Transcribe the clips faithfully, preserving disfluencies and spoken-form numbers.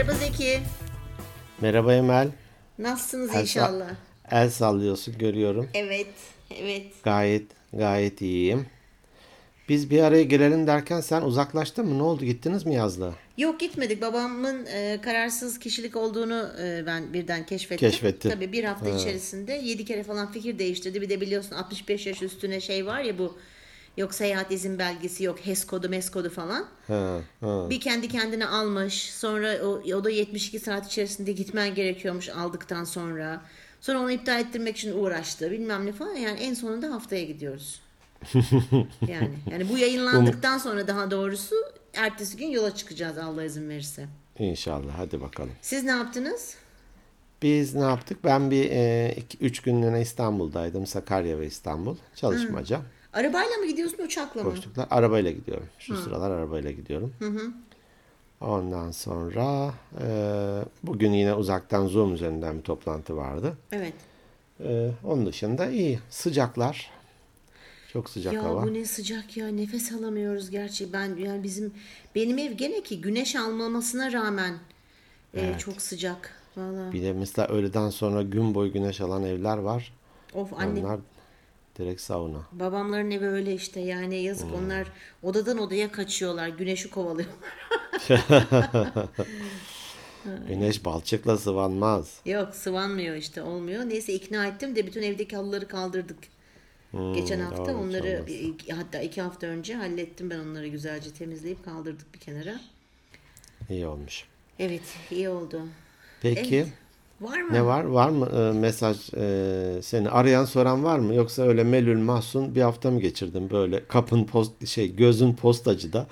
Merhaba Zeki. Merhaba Emel. Nasılsınız El, inşallah? el sallıyorsun görüyorum. Evet, evet. Gayet gayet iyiyim. Biz bir araya gelelim derken sen uzaklaştın mı? Ne oldu? Gittiniz mi yazlığa? Yok gitmedik. Babamın e, kararsız kişilik olduğunu e, ben birden keşfettim. Keşfettin. Tabii bir hafta içerisinde yedi kere falan fikir değiştirdi. Bir de biliyorsun altmış beş yaş üstüne şey var ya bu yok seyahat izin belgesi yok HES kodu MES kodu falan. Ha, ha. Bir kendi kendine almış. Sonra o, o da yetmiş iki saat içerisinde gitmen gerekiyormuş aldıktan sonra. Sonra onu iptal ettirmek için uğraştı. Bilmem ne falan. Yani en sonunda haftaya gidiyoruz. Yani yani bu yayınlandıktan sonra daha doğrusu ertesi gün yola çıkacağız Allah izin verirse. İnşallah. Hadi bakalım. Siz ne yaptınız? Biz ne yaptık? Ben bir e, iki, üç günlüğüne İstanbul'daydım. Sakarya ve İstanbul. Çalışmaca. Arabayla mı gidiyorsun uçakla mı? Boşluklar. Arabayla gidiyorum. Şu sıralar arabayla gidiyorum. Ondan sonra e, bugün yine uzaktan Zoom üzerinden bir toplantı vardı. Evet. E, onun dışında iyi. Sıcaklar. Çok sıcak Ya hava. bu ne sıcak ya nefes alamıyoruz gerçi ben yani bizim benim ev gene ki güneş almamasına rağmen e, çok sıcak valla. Bir de mesela öğleden sonra gün boyu güneş alan evler var. Of anne Onlar direkt sauna. babamların evi öyle işte yani yazık onlar odadan odaya kaçıyorlar güneşi kovalıyorlar. Güneş balçıkla sıvanmaz. Yok sıvanmıyor işte olmuyor. Neyse ikna ettim de bütün evdeki halıları kaldırdık. Geçen hafta doğru, onları hiç bir- hatta iki hafta önce hallettim ben onları güzelce temizleyip kaldırdık bir kenara. İyi olmuş. Evet iyi oldu. Peki Evet. Var mı? ne var? Var mı e, mesaj e, seni arayan soran var mı? Yoksa öyle melül mahzun bir hafta mı geçirdin böyle kapın post şey gözün postacıda?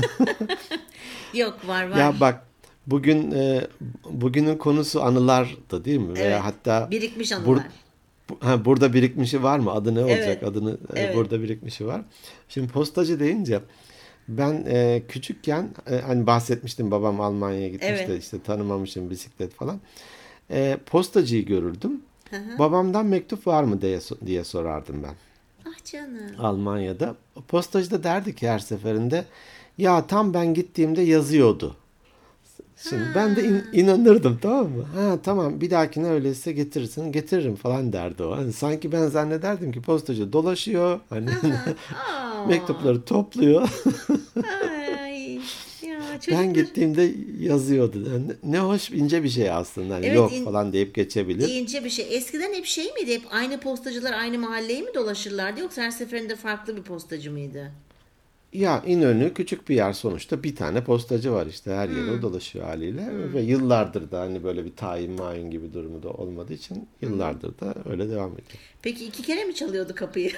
Yok var var. Ya bak bugün e, bugünün konusu anılardı değil mi? Evet. Veya hatta Birikmiş anılar. bur- bu- ha, burada birikmişi var mı? Adı ne olacak? Evet. Adını e, Evet. burada birikmişi var. Şimdi postacı deyince ben e, küçükken e, hani bahsetmiştim babam Almanya'ya gitmiş de Evet. işte tanımamışım bisiklet falan. E, postacıyı görürdüm. Babamdan mektup var mı diye diye sorardım ben Ah canım. Almanya'da. Postacı da derdi ki her seferinde ya tam ben gittiğimde yazıyordu. Şimdi ben de in- inanırdım tamam mı? Ha tamam bir dahakine öyleyse getirirsin getiririm falan derdi o. Hani sanki ben zannederdim ki postacı dolaşıyor hani Aa, mektupları topluyor. ay. Ya Ben çocuklar. gittiğimde yazıyordu. Yani ne hoş ince bir şey aslında. Hani Evet yok in- falan deyip geçebilir. ince bir şey. Eskiden hep şey miydi? Hep aynı postacılar aynı mahalleyi mi dolaşırlardı yoksa her seferinde farklı bir postacı mıydı? Ya İnönü küçük bir yer sonuçta bir tane postacı var işte her yere o dolaşıyor haliyle ve yıllardır da hani böyle bir tayin mayın gibi durumu da olmadığı için yıllardır da öyle devam ediyor. Peki iki kere mi çalıyordu kapıyı?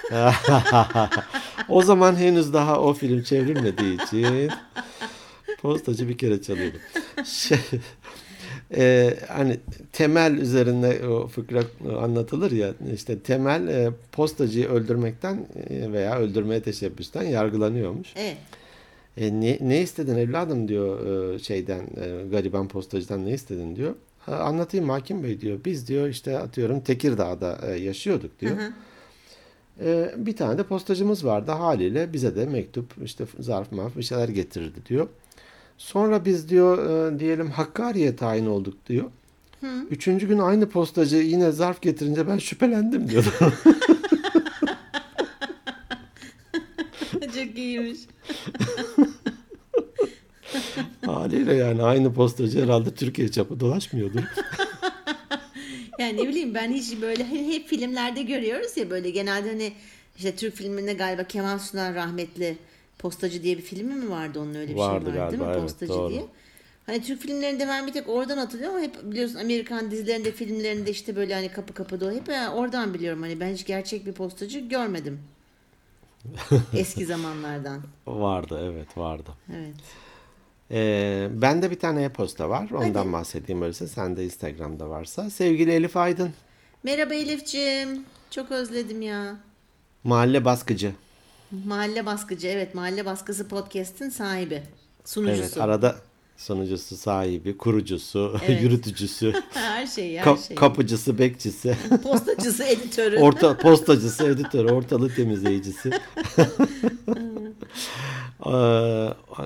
O zaman henüz daha o film çevrilmediği için postacı bir kere çalıyordu. Şey, e, hani temel üzerinde o fıkra anlatılır ya işte temel e, postacıyı öldürmekten e, veya öldürmeye teşebbüsten yargılanıyormuş. Evet. E, ne, ne istedin evladım diyor e, şeyden e, gariban postacıdan ne istedin diyor. "Ha, anlatayım hakim bey diyor. Biz diyor işte atıyorum Tekirdağ'da e, yaşıyorduk diyor. E, bir tane de postacımız vardı haliyle bize de mektup işte zarf marf bir şeyler getirirdi diyor. Sonra biz diyor e, diyelim Hakkari'ye tayin olduk diyor. Üçüncü gün aynı postacı yine zarf getirince ben şüphelendim diyor. Çok iyiymiş. Haliyle yani aynı postacı herhalde Türkiye çapı dolaşmıyordur. Yani ne bileyim ben hiç böyle hani hep filmlerde görüyoruz ya böyle genelde hani işte Türk filminde galiba Kemal Sunal rahmetli Postacı diye bir filmi mi vardı onun öyle bir Vardı şey var değil mi? galiba, evet, Postacı doğru. diye. Hani Türk filmlerinde ben bir tek oradan hatırlıyorum ama hep biliyorsun Amerikan dizilerinde filmlerinde işte böyle hani kapı kapı dolu hep yani oradan biliyorum hani ben hiç gerçek bir postacı görmedim. Eski zamanlardan. Vardı evet vardı. Evet. Ee, bende bir tane e-posta var. Ondan Hadi. bahsedeyim öyleyse. Sen de Instagram'da varsa. Sevgili Elif Aydın. Merhaba Elif'ciğim. Çok özledim ya. Mahalle baskıcı. Mahalle Baskıcı. Evet, Mahalle Baskısı Podcast'in sahibi. Evet Sunucusu. arada sunucusu, sahibi, kurucusu, Evet. yürütücüsü, Her şeyi, her ka- şeyi. kapıcısı, bekçisi, Postacısı, editörü. orta postacısı, editörü, ortalık temizleyicisi. Ee,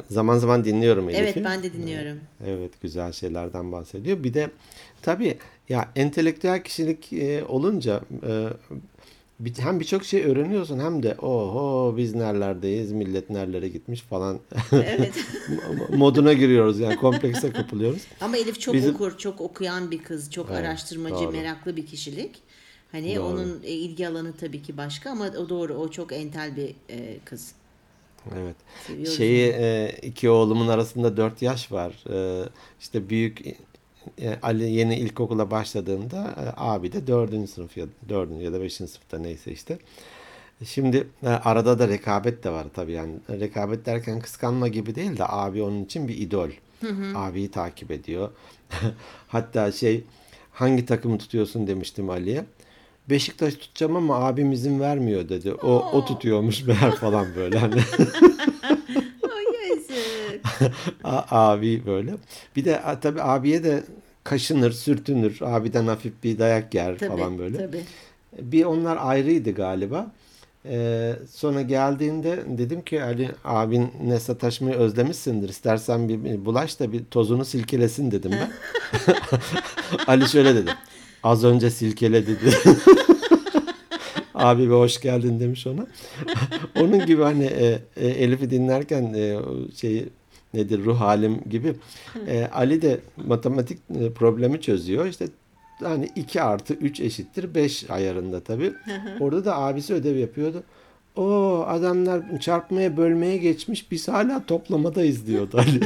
zaman zaman dinliyorum Elif'i. Evet, ben de dinliyorum. Evet, güzel şeylerden bahsediyor. Bir de tabii ya entelektüel kişilik e, olunca e, bir- hem birçok şey öğreniyorsun hem de oho biz nerelerdeyiz, millet nerelere gitmiş falan Evet. moduna giriyoruz yani komplekse kapılıyoruz. Ama Elif çok Bizim okur, çok okuyan bir kız, çok evet, araştırmacı, doğru. meraklı bir kişilik. Hani Doğru. onun e, ilgi alanı tabii ki başka ama o doğru, o çok entel bir e, kız. Evet. Seviyoruz Şeyi onu. e, iki oğlumun arasında dört yaş var. E, işte büyük e, Ali yeni ilkokula başladığında e, abi de dördüncü sınıf ya dördüncü ya da beşinci sınıfta neyse işte. Şimdi e, arada da rekabet de var tabii yani. Rekabet derken kıskanma gibi değil de abi onun için bir idol. Abiyi takip ediyor. Hatta şey hangi takımı tutuyorsun demiştim Ali'ye. Beşiktaş tutacağım ama abim izin vermiyor dedi. O o Oo, tutuyormuş meğer falan böyle hani. ay yazık. A- abi böyle. Bir de a, tabii abiye de kaşınır, sürtünür. Abiden hafif bir dayak yer Tabii, falan böyle. tabii. Bir onlar ayrıydı galiba. Ee, sonra geldiğinde dedim ki Ali abinle sataşmayı özlemişsindir. İstersen bir, bir bulaş da bir tozunu silkelesin dedim ben. Ali şöyle dedi. Az önce silkeledi dedi. Abi bir hoş geldin demiş ona. Onun gibi hani e, e, Elif'i dinlerken e, o şey nedir ruh halim gibi. E, Ali de matematik e, problemi çözüyor. İşte hani iki artı üç eşittir beş ayarında tabii. Orada da abisi ödev yapıyordu. O adamlar çarpmaya bölmeye geçmiş biz hala toplamadayız diyordu Ali.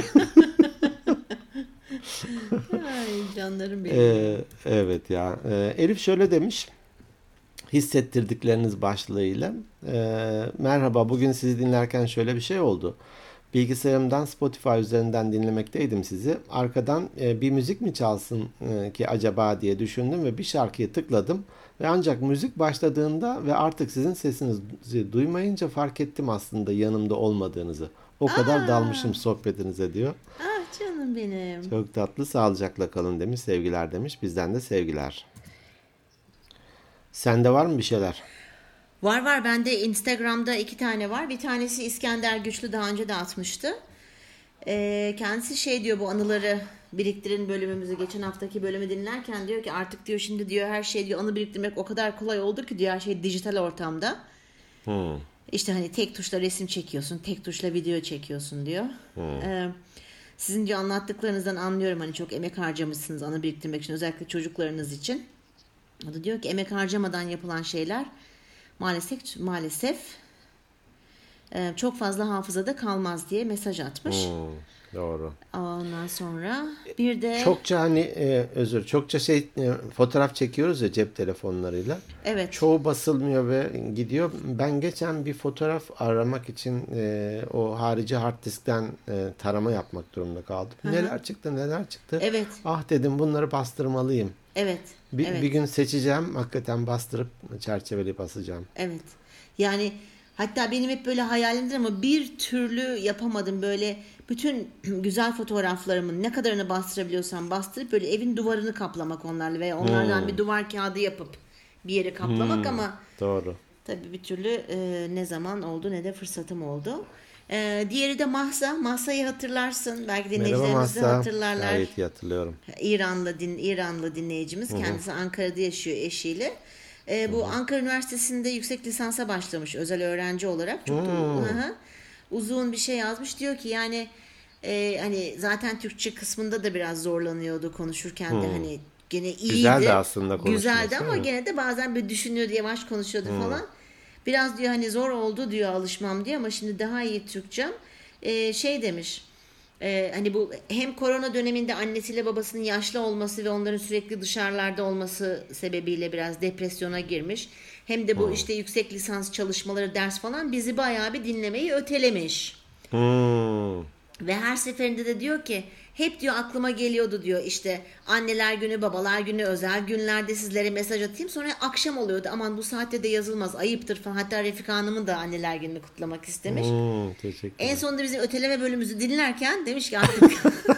Ay canlarım benim ya. E, evet ya. E, Elif şöyle demiş. Hissettirdikleriniz başlığıyla. Ee, merhaba, bugün sizi dinlerken şöyle bir şey oldu. Bilgisayarımdan Spotify üzerinden dinlemekteydim sizi. Arkadan e, bir müzik mi çalsın e, ki acaba diye düşündüm ve bir şarkıya tıkladım. Ve ancak müzik başladığında ve artık sizin sesinizi duymayınca fark ettim aslında yanımda olmadığınızı. O kadar Aa, dalmışım sohbetinize diyor. ah canım benim. Çok tatlı, sağlıcakla kalın demiş, sevgiler demiş. Bizden de sevgiler. Sende var mı bir şeyler? Var var, bende Instagram'da iki tane var. Bir tanesi İskender Güçlü, daha önce de atmıştı. Ee, kendisi şey diyor, bu anıları biriktirin bölümümüzü geçen haftaki bölümü dinlerken diyor ki artık diyor şimdi diyor her şey diyor anı biriktirmek o kadar kolay oldu ki diyor her şey dijital ortamda. Hmm. İşte hani tek tuşla resim çekiyorsun, tek tuşla video çekiyorsun diyor. Ee, sizin diyor anlattıklarınızdan anlıyorum hani çok emek harcamışsınız anı biriktirmek için, özellikle çocuklarınız için. O da diyor ki emek harcamadan yapılan şeyler maalesef maalesef e, çok fazla hafızada kalmaz diye mesaj atmış. Hmm, doğru. Ondan sonra bir de Çokça hani e, özür çokça şey e, fotoğraf çekiyoruz ya cep telefonlarıyla. evet. Çoğu basılmıyor ve gidiyor. Ben geçen bir fotoğraf aramak için e, o harici hard diskten e, tarama yapmak durumunda kaldım. Neler çıktı neler çıktı. Evet. Ah dedim bunları bastırmalıyım. Evet. Bir, Evet. bir gün seçeceğim hakikaten bastırıp çerçeveleyip asacağım. Evet. Yani hatta benim hep böyle hayalimdir ama bir türlü yapamadım. Böyle bütün güzel fotoğraflarımın ne kadarını bastırabiliyorsam bastırıp böyle evin duvarını kaplamak onlarla veya onlardan bir duvar kağıdı yapıp bir yeri kaplamak ama Doğru. tabii bir türlü e, ne zaman oldu ne de fırsatım oldu. E, diğeri de Mahsa. Mahsa'yı hatırlarsın. Belki Merhaba dinleyicilerimiz de Mahsa. hatırlarlar. Gayet iyi hatırlıyorum. İranlı din İranlı dinleyicimiz. Kendisi Ankara'da yaşıyor eşiyle. E, bu Ankara Üniversitesi'nde yüksek lisansa başlamış özel öğrenci olarak. Çok da, hı hı. Uzun bir şey yazmış. Diyor ki yani e, hani zaten Türkçe kısmında da biraz zorlanıyordu konuşurken de hani gene iyiydi. Güzeldi aslında konuşması, Güzeldi ama evet. gene de bazen bir düşünüyordu, yavaş konuşuyordu falan. Biraz diyor hani zor oldu diyor alışmam diyor ama şimdi daha iyi Türkçem. E, şey demiş. Ee, hani bu hem korona döneminde annesiyle babasının yaşlı olması ve onların sürekli dışarılarda olması sebebiyle biraz depresyona girmiş. Hem de bu işte yüksek lisans çalışmaları, ders falan bizi bayağı bir dinlemeyi ötelemiş. Hmm. Ve her seferinde de diyor ki hep diyor aklıma geliyordu diyor işte anneler günü, babalar günü, özel günlerde sizlere mesaj atayım. Sonra akşam oluyordu, aman bu saatte de yazılmaz ayıptır falan. Hatta Refika Hanım'ın da anneler gününü kutlamak istemiş. Hmm, teşekkür En ederim. sonunda bizim öteleme bölümümüzü dinlerken demiş ki artık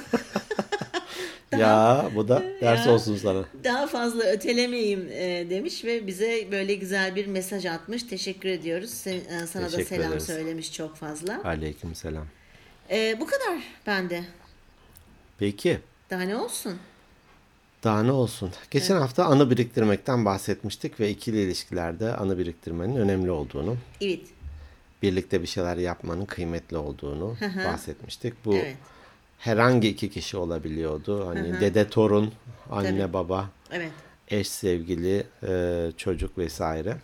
Ya bu da ders Ya. olsun sana. daha fazla ötelemeyeyim e, demiş ve bize böyle güzel bir mesaj atmış. Teşekkür ediyoruz. Sen, e, sana da Teşekkür selam ederiz. söylemiş çok fazla. Aleyküm selam. Ee, bu kadar bende. Peki. Daha ne olsun? Daha ne olsun? Geçen hafta anı biriktirmekten bahsetmiştik ve ikili ilişkilerde anı biriktirmenin önemli olduğunu, Evet. birlikte bir şeyler yapmanın kıymetli olduğunu Hı hı. bahsetmiştik. Bu Evet. herhangi iki kişi olabiliyordu. Hani Hı hı. dede, torun, anne, Tabii. baba, Evet. eş, sevgili, e, çocuk vesaire.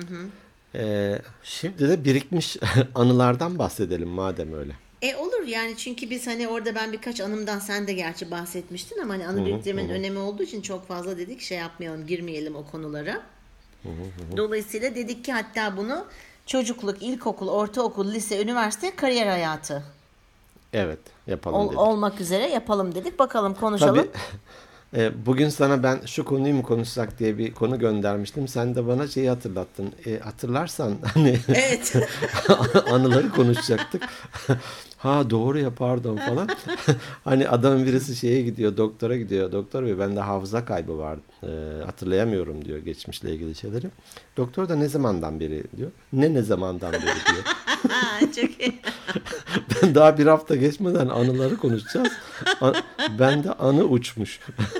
E, şimdi de birikmiş anılardan bahsedelim madem öyle. E olur yani, çünkü biz hani orada ben birkaç anımdan, sen de gerçi bahsetmiştin ama hani anı biriktirmenin önemi olduğu için çok fazla dedik şey yapmayalım, girmeyelim o konulara. Dolayısıyla dedik ki hatta bunu çocukluk, ilkokul, ortaokul, lise, üniversite, kariyer hayatı Evet, yapalım ol- dedik. olmak üzere yapalım dedik. Bakalım, konuşalım. Tabii e, bugün sana ben şu konuyu mu konuşsak diye bir konu göndermiştim. Sen de bana şeyi hatırlattın. E, hatırlarsan hani Evet. anıları konuşacaktık. Ha doğru ya, pardon falan. Hani adamın birisi şeye gidiyor, doktora gidiyor. Doktor bey, bende hafıza kaybı var. E, hatırlayamıyorum diyor geçmişle ilgili şeyleri. Doktor da ne zamandan beri diyor. Ne ne zamandan beri diyor. Çok iyi. Ben daha bir hafta geçmeden anıları konuşacağız. A- bende anı uçmuş.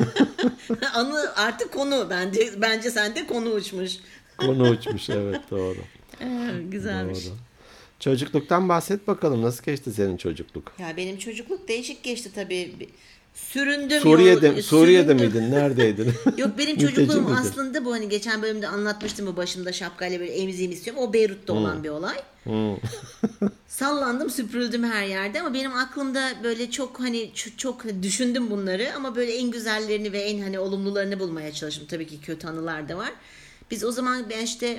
Anı artık konu, bence bence sende konu uçmuş. Konu uçmuş, evet, doğru. Ee, güzelmiş. Doğru. Çocukluktan bahset bakalım. Nasıl geçti senin çocukluk? Ya benim çocukluk değişik geçti tabii. Bir- Süründüm Suriye'de yol, Suriye'de süründüm. miydin? Neredeydin? Yok, benim Mülteci çocukluğum miydin? aslında bu, hani geçen bölümde anlatmıştım, bu başımda şapkayla böyle emziğimi istiyorum. O Beyrut'ta olan bir olay. Sallandım, süpürüldüm her yerde ama benim aklımda böyle çok hani ç- çok düşündüm bunları ama böyle en güzellerini ve en hani olumlularını bulmaya çalıştım. Tabii ki kötü anılar da var. Biz o zaman, ben işte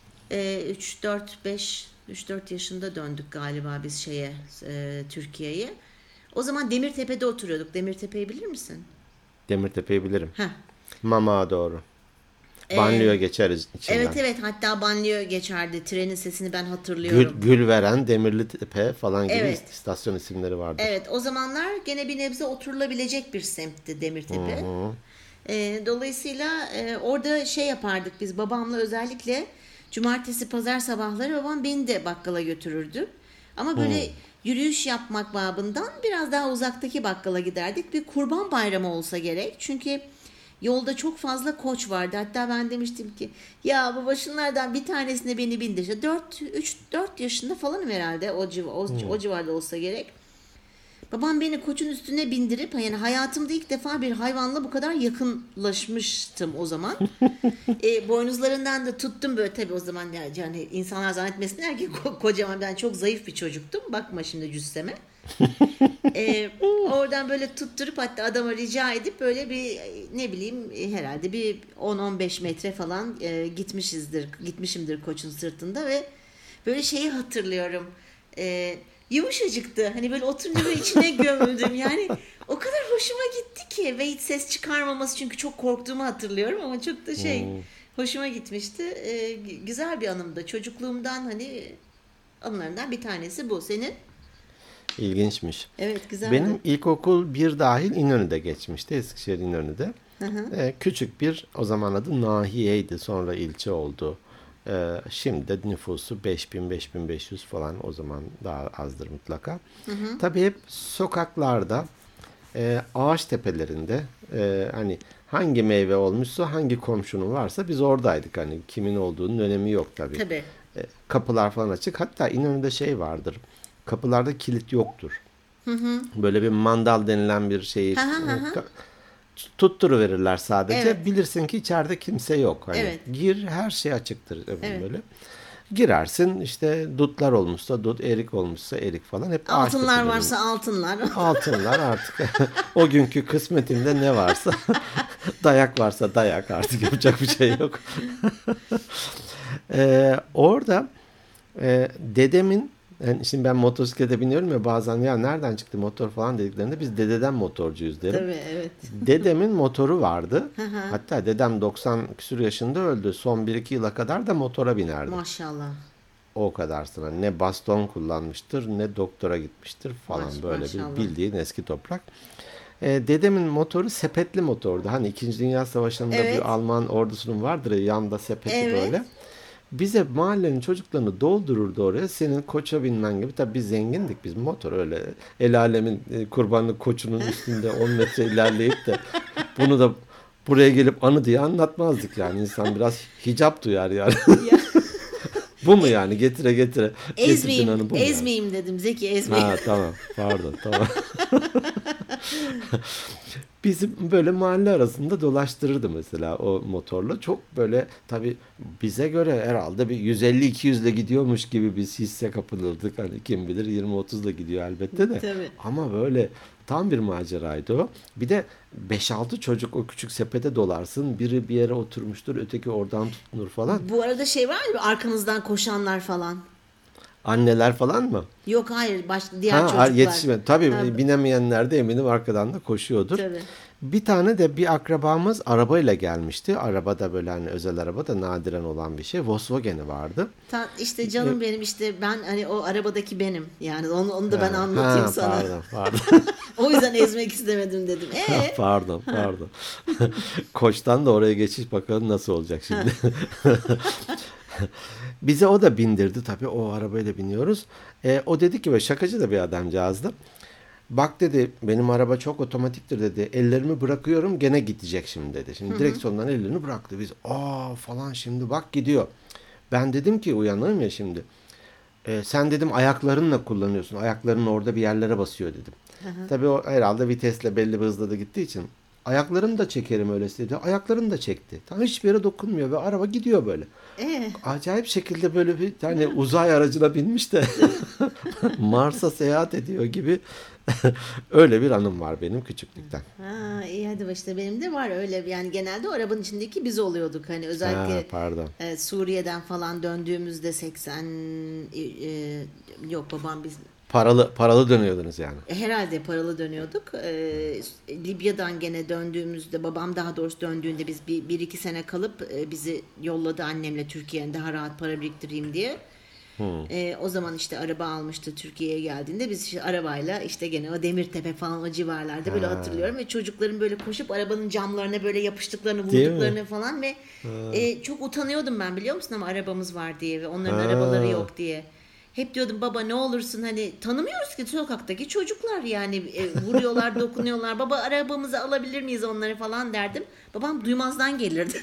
üç dört beş üç dört yaşında döndük galiba biz şeye, e, Türkiye'ye. O zaman Demirtepe'de oturuyorduk. Demirtepe'yi bilir misin? Demirtepe'yi bilirim. Heh. Mama doğru. Ee, Banliyö geçeriz içinden. Evet evet, hatta banliyö geçerdi. Trenin sesini ben Gül, hatırlıyorum. Gülveren, Demirlitepe falan gibi Evet. istasyon isimleri vardı. Evet, o zamanlar gene bir nebze oturulabilecek bir semtti Demirtepe. Ee, dolayısıyla e, orada şey yapardık biz babamla, özellikle cumartesi pazar sabahları babam beni de bakkala götürürdü. Ama böyle yürüyüş yapmak babından biraz daha uzaktaki bakkala giderdik. Bir Kurban Bayramı olsa gerek. Çünkü yolda çok fazla koç vardı. Hatta ben demiştim ki ya baba, şunlardan bir tanesine beni bindir. İşte dört üç dört yaşında falanım herhalde, o, civ o, o civarda olsa gerek. Babam beni koçun üstüne bindirip, yani hayatımda ilk defa bir hayvanla bu kadar yakınlaşmıştım o zaman. e, boynuzlarından da tuttum böyle, tabii o zaman yani, yani insanlar zannetmesinler ki ko- kocaman, ben çok zayıf bir çocuktum. Bakma şimdi cüsseme. e, Oradan böyle tutturup, hatta adama rica edip böyle bir, ne bileyim, herhalde bir on on beş metre falan e, gitmişizdir, gitmişimdir koçun sırtında ve böyle şeyi hatırlıyorum. E, Yumuşacıktı. Hani böyle oturunca böyle içine gömüldüm. Yani o kadar hoşuma gitti ki, ve hiç ses çıkarmaması, çünkü çok korktuğumu hatırlıyorum ama çok da şey hoşuma gitmişti. E, güzel bir anımdı. Çocukluğumdan hani anılarından bir tanesi bu. Senin? İlginçmiş. Evet, güzeldi. Benim ilkokul bir dahil İnönü'de geçmişti. Eskişehir İnönü'de. Ee, küçük bir, o zaman adı nahiyeydi. Sonra ilçe oldu. Ee, şimdi de nüfusu beş bin beş bin beş yüz falan. O zaman daha azdır mutlaka. Hı hı. Tabii hep sokaklarda, e, ağaç tepelerinde, e, hani hangi meyve olmuşsa, hangi komşunun varsa biz oradaydık. Hani kimin olduğunun önemi yok tabii. Tabii. E, kapılar falan açık. Hatta İnönü'de şey vardır. Kapılarda kilit yoktur. Hı hı. Böyle bir mandal denilen bir şeyi Hı hı hı. ka- tutturuverirler sadece. Evet. Bilirsin ki içeride kimse yok. Hani Evet. gir, her şey açıktır Evet. böyle. Girersin, işte dutlar olmuşsa dut, erik olmuşsa erik falan, hep ağaç Altınlar tepelerinde. varsa altınlar. Altınlar artık. O günkü kısmetinde ne varsa, dayak varsa dayak, artık yapacak bir şey yok. Ee, orada e, dedemin, yani şimdi ben motosiklete biniyorum ya, bazen ya nereden çıktı motor falan dediklerinde biz dededen motorcuyuz derim. Tabii, evet. Dedemin motoru vardı. Hatta dedem doksan küsur yaşında öldü. Son bir iki yıla kadar da motora binerdi. Maşallah. O kadarsına. Ne baston kullanmıştır, ne doktora gitmiştir falan, Maş- böyle maşallah. bir bildiğin eski toprak. Ee, dedemin motoru sepetli motordu. Hani İkinci Dünya Savaşı'nda Evet. bir Alman ordusunun vardır ya, yanında sepeti Evet. böyle. Bize mahallenin çocuklarını doldururdu oraya. Senin koça binmen gibi. Tabii biz zengindik. Biz motor öyle el alemin e, kurbanlık koçunun üstünde on metre ilerleyip de bunu da buraya gelip anı diye anlatmazdık yani. İnsan biraz hicap duyar yani. Ya, Bu mu yani? Getire getire. Getirdin ezmeyeyim, anı bu mu yani? ezmeyeyim dedim Zeki, ezmeyeyim. Ha tamam. Pardon. Tamam. Bizi böyle mahalle arasında dolaştırırdı mesela o motorla. Çok böyle tabii bize göre herhalde bir yüz elli iki yüz ile gidiyormuş gibi biz hisse kapılırdık. Hani kim bilir yirmi otuzla gidiyor elbette de. Tabii. Ama böyle tam bir maceraydı o. Bir de beş altı çocuk o küçük sepete dolarsın. Biri bir yere oturmuştur, öteki oradan tutunur falan. Bu arada şey var mı, arkanızdan koşanlar falan? Anneler falan mı? Yok, hayır, baş, diğer Ha, çocuklar. yetişme. Tabii Ha, binemeyenler de eminim arkadan da koşuyordur. tabii. Bir tane de bir akrabamız arabayla gelmişti. Araba da böyle hani özel araba da nadiren olan bir şey. Volkswagen'i vardı. Ta, işte canım benim, işte ben hani o arabadaki benim. Yani onu, onu da ben anlatayım Ha, sana. pardon, pardon. O yüzden ezmek istemedim dedim. Ee? Pardon, pardon. Koç'tan da oraya geçiş bakalım nasıl olacak şimdi. Bize o da bindirdi tabii. O arabayla biniyoruz. E, o dedi ki böyle şakacı da bir adamcağızdı. Bak dedi benim araba çok otomatiktir dedi. Ellerimi bırakıyorum gene gidecek şimdi dedi. Şimdi direksiyondan ellerini bıraktı. Biz aa falan şimdi bak gidiyor. Ben dedim ki uyanırım ya şimdi. E, sen dedim ayaklarınla kullanıyorsun. Ayakların orada bir yerlere basıyor dedim. Tabii o herhalde vitesle belli bir hızla da gittiği için. Ayaklarını da çekerim öylesi dedi. Ayaklarını da çekti. Tam hiçbir yere dokunmuyor ve araba gidiyor böyle. Ee? Acayip şekilde böyle bir tane uzay aracına binmiş de Mars'a seyahat ediyor gibi öyle bir anım var benim küçüklükten. Ha, iyi, hadi işte benim de var öyle, yani genelde o arabanın içindeki biz oluyorduk hani, Ha, özellikle pardon. e, Suriye'den falan döndüğümüzde seksen e, e, yok, babam biz Paralı paralı dönüyordunuz yani. herhalde paralı dönüyorduk. E, Libya'dan gene döndüğümüzde, babam daha doğrusu döndüğünde biz bir, bir iki sene kalıp e, bizi yolladı annemle Türkiye'ye, daha rahat para biriktireyim diye. E, o zaman işte araba almıştı Türkiye'ye geldiğinde, biz işte arabayla işte gene o Demirtepe falan o civarlarda böyle hatırlıyorum ve çocukların böyle koşup arabanın camlarına böyle yapıştıklarını, Değil mi? vurduklarını falan ve e, çok utanıyordum ben, biliyor musun, ama arabamız var diye ve onların Ha. arabaları yok diye. Hep diyordum baba ne olursun, hani tanımıyoruz ki sokaktaki çocuklar yani, e, vuruyorlar dokunuyorlar, baba arabamızı alabilir miyiz onları falan derdim. Babam duymazdan gelirdi.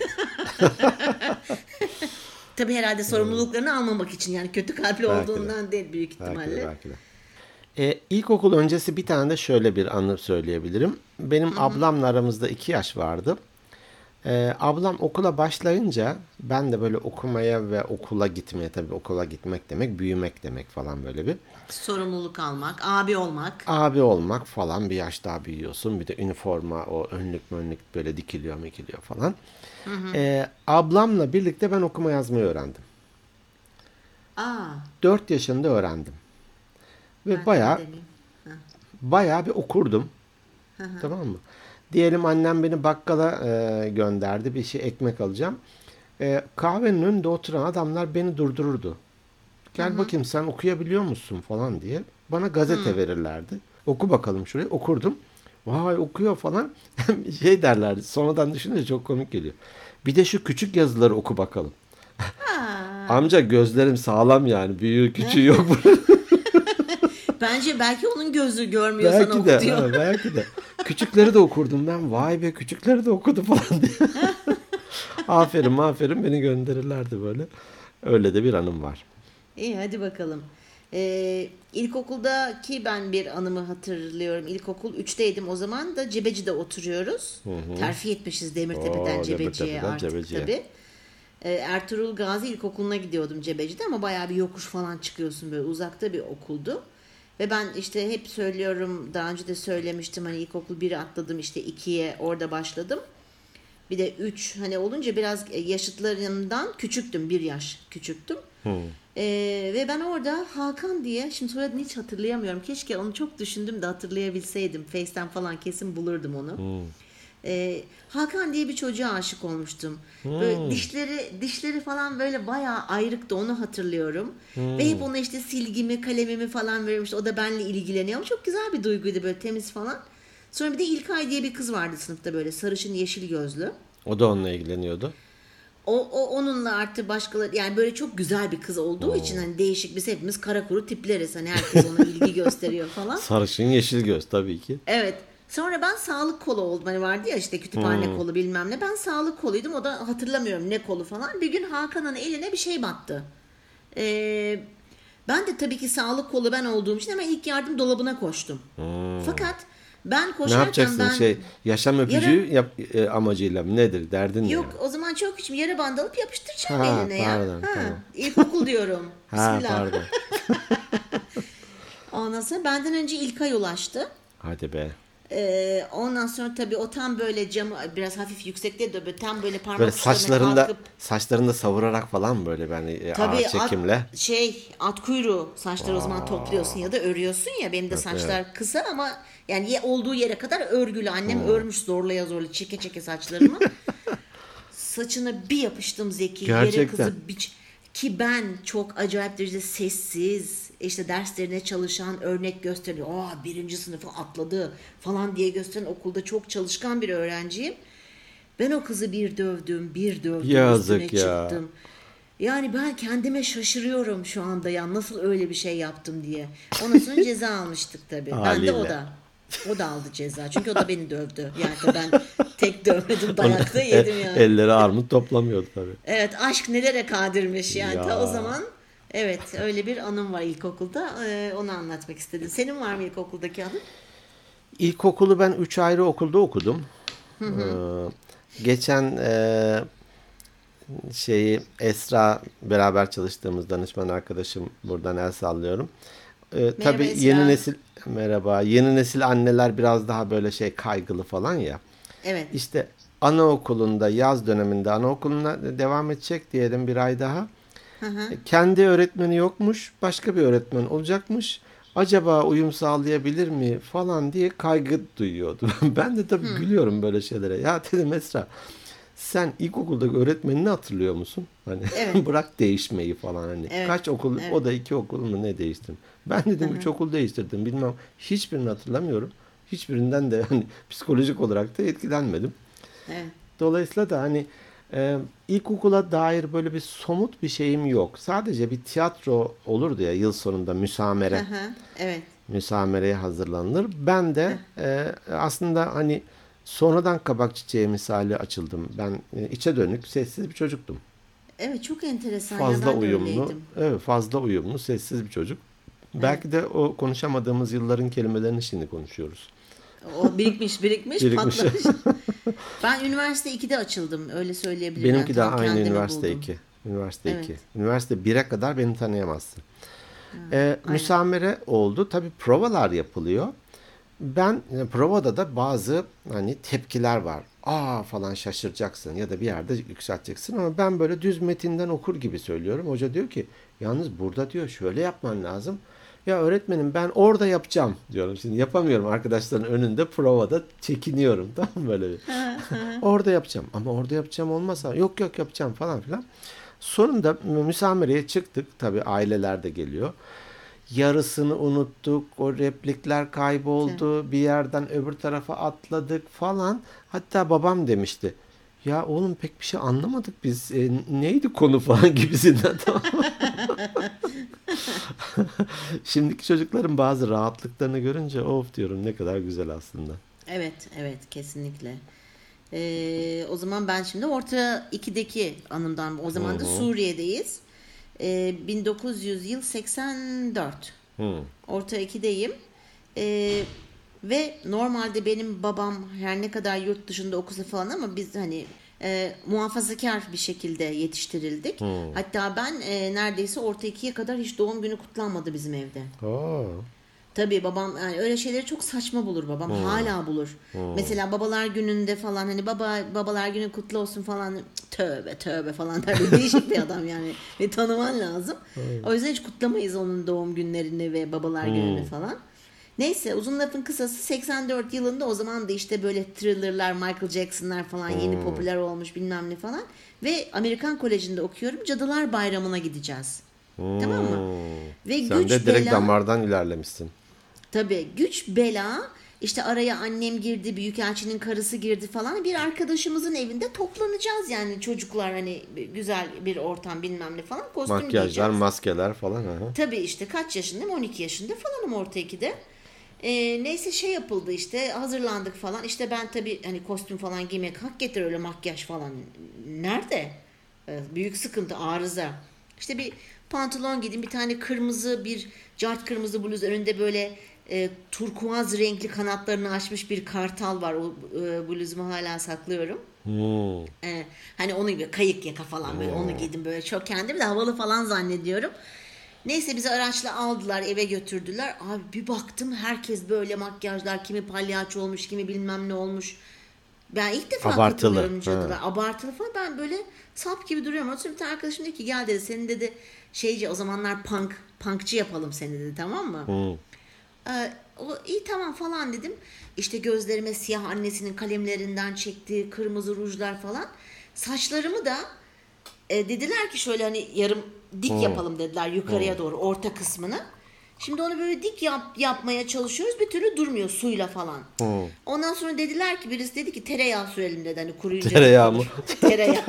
Tabii herhalde sorumluluklarını almamak için, yani kötü kalpli Belki de. olduğundan değil büyük Belki ihtimalle. de, belki de. E, ilkokul öncesi bir tane de şöyle bir anı söyleyebilirim. Benim ablamla aramızda iki yaş vardı. E, ablam okula başlayınca ben de böyle okumaya ve okula gitmeye, tabii okula gitmek demek büyümek demek falan böyle bir. Sorumluluk almak, abi olmak. Abi olmak falan, bir yaş daha büyüyorsun. Bir de üniforma, o önlük mönlük böyle dikiliyor mikiliyor falan. E, ablamla birlikte ben okuma yazmayı öğrendim. Aa, dört yaşında öğrendim. Ve ben bayağı de deneyeyim. bayağı bir okurdum. Tamam mı? Diyelim annem beni bakkala e, gönderdi. Bir şey ekmek alacağım. E, kahvenin önünde oturan adamlar beni durdururdu. Gel bakayım sen okuyabiliyor musun falan diye. Bana gazete verirlerdi. Oku bakalım şurayı. Okurdum. Vay okuyor falan. Şey derlerdi. Sonradan düşününce çok komik geliyor. Bir de şu küçük yazıları oku bakalım. Amca gözlerim sağlam yani. Büyüğü küçüğü yok. Bence belki onun gözü görmüyor, sana Belki de, okutuyor. ha, belki de. Küçükleri de okurdum ben. Vay be küçükleri de okudu falan diye. Aferin aferin beni gönderirlerdi böyle. Öyle de bir anım var. İyi, hadi bakalım. Ee, ilkokuldaki ben bir anımı hatırlıyorum. İlkokul üçteydim o zaman da, Cebeci'de oturuyoruz. Terfi etmişiz Demirtepe'den Oo, Cebeci'ye Demirtepe'den artık Cebeci'ye. tabii. Ee, Ertuğrul Gazi İlkokulu'na gidiyordum Cebeci'de, ama bayağı bir yokuş falan çıkıyorsun, böyle uzakta bir okuldu. Ve ben işte hep söylüyorum, daha önce de söylemiştim, hani ilkokul biri atladım, işte ikiye orada başladım. Bir de üç hani olunca biraz yaşıtlarımdan küçüktüm, bir yaş küçüktüm. Ee, ve ben orada Hakan diye, şimdi soyadını hiç hatırlayamıyorum. Keşke onu çok düşündüm de hatırlayabilseydim. Face'ten falan kesin bulurdum onu. Ee, Hakan diye bir çocuğa aşık olmuştum. Böyle dişleri dişleri falan böyle bayağı ayrıktı, onu hatırlıyorum. Ve hep ona işte silgimi, kalemimi falan vermişti. O da benimle ilgileniyor. Ama çok güzel bir duyguydu, böyle temiz falan. Sonra bir de İlkay diye bir kız vardı sınıfta, böyle sarışın yeşil gözlü. O da onunla ilgileniyordu. O, o onunla artı başkaları, yani böyle çok güzel bir kız olduğu için hani değişik, biz hepimiz kara kuru tipleriz. Hani herkes ona ilgi gösteriyor falan. Sarışın yeşil göz tabii ki. Evet. Sonra ben sağlık kolu oldum. Hani vardı ya işte kütüphane Hmm. kolu bilmem ne. Ben sağlık koluydum. O da hatırlamıyorum ne kolu falan. Bir gün Hakan'ın eline bir şey battı. Ee, ben de tabii ki sağlık kolu ben olduğum için hemen ilk yardım dolabına koştum. Fakat ben Ne koşarken yapacaksın ben şey yaşam öpücüğü yap, e, amacıyla mı nedir derdin ne? yok yani? o zaman çok küçük yere bandı alıp yapıştıracağım Ha, eline ya. pardon, Ha, tamam. İlkokul diyorum. Ha Bismillah. pardon. Ondan sonra benden önce İlkay ulaştı. Hadi be. Ee, ondan sonra tabii o tam böyle camı biraz hafif yüksekte de böyle tam böyle parmak Böyle uçlarına saçlarında kalkıp saçlarında savurarak falan böyle ben e, tabii ağır çekimle. at, şey at kuyruğu saçları o zaman topluyorsun ya da örüyorsun ya, benim de saçlar kısa ama yani ye- olduğu yere kadar örgülü, annem örmüş zorlaya zorla çeke çeke saçlarımı. Saçına bir yapıştım Zeki, yere Gerçekten. kızı bir... Ki ben çok acayip derecede sessiz, işte derslerine çalışan, örnek gösteriyor. Aa, birinci sınıfı atladı falan diye gösteren, okulda çok çalışkan bir öğrenciyim. Ben o kızı bir dövdüm, bir dövdüm, Yazık üstüne ya. çıktım. Yani ben kendime şaşırıyorum şu anda ya, nasıl öyle bir şey yaptım diye. Ondan sonra ceza almıştık tabii. Ben de Haliyle. o da. O da aldı ceza. Çünkü o da beni dövdü. Yani tabii ben tek dövmedim, dayak da yedim yani. Elleri armut toplamıyordu tabii. Evet, aşk nelere kadirmiş yani. Ya. Ta o zaman evet, öyle bir anım var ilkokulda. Ee, onu anlatmak istedim. Senin var mı ilkokuldaki anın? İlkokulu ben üç ayrı okulda okudum. Ee, geçen e, şeyi Esra, beraber çalıştığımız danışman arkadaşım, buradan el sallıyorum. Ee, tabii Esra. yeni nesil merhaba. Yeni nesil anneler biraz daha böyle şey kaygılı falan ya. Evet. İşte anaokulunda yaz döneminde anaokuluna devam edecek diyelim bir ay daha. Hı hı. Kendi öğretmeni yokmuş, başka bir öğretmen olacakmış. Acaba uyum sağlayabilir mi falan diye kaygı duyuyordu. Ben de tabii gülüyorum böyle şeylere. Ya dedim Esra, sen ilkokuldaki öğretmenini hatırlıyor musun? Hani Evet. bırak değişmeyi falan hani. Evet, Kaç okul, evet. o da iki okul mu ne değiştin? Ben dedim üç okul değiştirdim. Bilmem, hiçbirini hatırlamıyorum. Hiçbirinden de hani psikolojik olarak da etkilenmedim. Evet. Dolayısıyla da hani e, ilkokula dair böyle bir somut bir şeyim yok. Sadece bir tiyatro olurdu ya yıl sonunda, Hı müsamere. hı. Evet. Müsamereye hazırlanılır. Ben de e, aslında hani sonradan kabak çiçeği misali açıldım. Ben e, içe dönük, sessiz bir çocuktum. Evet, çok enteresan ya, Fazla ben de uyumlu, öyleydim. evet fazla uyumlu, sessiz bir çocuk. Belki de o konuşamadığımız yılların kelimelerini şimdi konuşuyoruz. O birikmiş birikmiş, Birikmiş. patlamış. Ben üniversite ikide açıldım, öyle söyleyebilirim. Benimki de Yani tam aynı kendimi üniversite buldum. iki. Üniversite Evet. iki. Üniversite bire kadar beni tanıyamazsın. Ee, aynen. müsamere oldu. Tabii provalar yapılıyor. Ben e, provada da bazı hani tepkiler var. Aa falan şaşıracaksın ya da bir yerde yükselteceksin ama ben böyle düz metinden okur gibi söylüyorum. Hoca diyor ki yalnız burada diyor şöyle yapman lazım. Ya öğretmenim ben orada yapacağım diyorum. Şimdi yapamıyorum arkadaşların önünde, provada çekiniyorum, tamam mı, böyle bir. Orada yapacağım ama orada yapacağım olmazsa yok yok yapacağım falan filan. Sonunda müsamereye çıktık. Tabii aileler de geliyor. Yarısını unuttuk. O replikler kayboldu. Bir yerden öbür tarafa atladık falan. Hatta babam demişti. Ya oğlum pek bir şey anlamadık biz. E, neydi konu falan gibisinden. Tamam. Şimdiki çocukların bazı rahatlıklarını görünce of diyorum, ne kadar güzel aslında. Evet, evet, kesinlikle. Ee, o zaman ben şimdi orta ikideki anımdan, o zaman da Suriye'deyiz. Ee, bin dokuz yüz yıl seksen dört. Hı. Orta ikideyim. Ee, ve normalde benim babam her ne kadar yurt dışında okusa falan ama biz hani e, muhafazakar bir şekilde yetiştirildik. Hatta ben e, neredeyse orta ikiye kadar hiç doğum günü kutlanmadı bizim evde. Aa. Tabii babam yani öyle şeyleri çok saçma bulur babam. Hala bulur. Mesela babalar gününde falan hani baba babalar günü kutlu olsun falan, cık, tövbe tövbe falan der. Böyle değişik bir adam yani. Ve tanıman lazım. O yüzden hiç kutlamayız onun doğum günlerini ve babalar gününü falan. Neyse, uzun lafın kısası, seksen dört yılında, o zaman da işte böyle Thriller'lar, Michael Jackson'lar falan yeni popüler olmuş bilmem ne falan. Ve Amerikan Koleji'nde okuyorum. Cadılar Bayramı'na gideceğiz. Tamam mı? Ve Sen güç de direkt bela, damardan ilerlemişsin. tabii güç bela İşte araya annem girdi, büyükelçinin karısı girdi falan. Bir arkadaşımızın evinde toplanacağız yani çocuklar, hani güzel bir ortam bilmem ne falan. Kostüm Makyajlar, giyeceğiz. maskeler falan. Aha. Tabii işte kaç yaşındayım? on iki yaşında falanım, orta ikide. Ee, neyse şey yapıldı, işte hazırlandık falan. İşte ben tabii hani kostüm falan giymek hak getir, öyle makyaj falan. Nerede? Ee, büyük sıkıntı, arıza. İşte bir pantolon giydim, bir tane kırmızı, bir cart kırmızı bluz, önünde böyle e, turkuaz renkli kanatlarını açmış bir kartal var. O e, bluzumu hala saklıyorum. Hmm. Ee, hani onu gibi kayık yaka falan, böyle onu giydim, böyle çok kendimi de havalı falan zannediyorum. Neyse bizi araçla aldılar, eve götürdüler. Abi bir baktım herkes böyle makyajlar, kimi palyaço olmuş, kimi bilmem ne olmuş. Ben ilk defa Abartılı. katılıyorum cadılar. Ha. Abartılı falan, ben böyle sap gibi duruyorum. Ondan sonra bir tane arkadaşım dedi ki gel dedi, senin dedi şeyci, o zamanlar punk, punkçı yapalım seni dedi, tamam mı? Hmm. Ee, o iyi tamam falan dedim. İşte gözlerime siyah annesinin kalemlerinden çektiği kırmızı rujlar falan. Saçlarımı da e, dediler ki şöyle hani yarım dik yapalım dediler, yukarıya doğru orta kısmını. Şimdi onu böyle dik yap, yapmaya çalışıyoruz, bir türlü durmuyor suyla falan. Hmm. Ondan sonra dediler ki, birisi dedi ki tereyağı sürelim dedi, hani kuruyunca Tereyağı mı? tereyağı.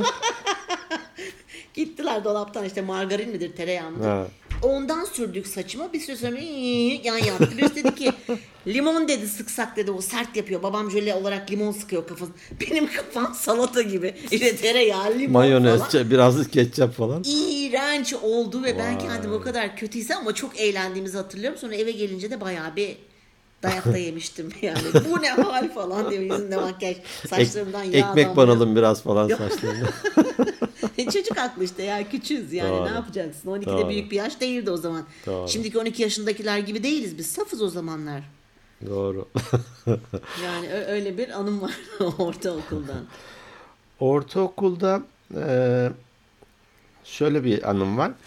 Gittiler dolaptan, işte margarin midir tereyağı mıdır? Ha. Ondan sürdük saçıma, bir süre sonra "İyi" yan yaptı. Birisi dedi ki limon dedi sıksak dedi, o sert yapıyor. Babam jöle olarak limon sıkıyor kafasına. Benim kafam salata gibi. İşte tereyağı, limon Mayonez, falan. biraz ketçap falan. İğrenç oldu ve ben Vay. kendim o kadar kötüyse ama çok eğlendiğimizi hatırlıyorum. Sonra eve gelince de bayağı bir dayak da yemiştim yani. Bu ne hal falan diyor, yüzünde makyaj, saçlarımdan Ek- yağ ekmek damlıyor. banalım biraz falan saçlarına. Çocuk aklı işte ya, küçüğüz yani, Doğru. ne yapacaksın? on ikide Doğru. büyük bir yaş değildi o zaman. Doğru. Şimdiki on iki yaşındakiler gibi değiliz biz, safız o zamanlar. Doğru. Yani ö- öyle bir anım var ortaokuldan. Ortaokulda e, şöyle bir anım var.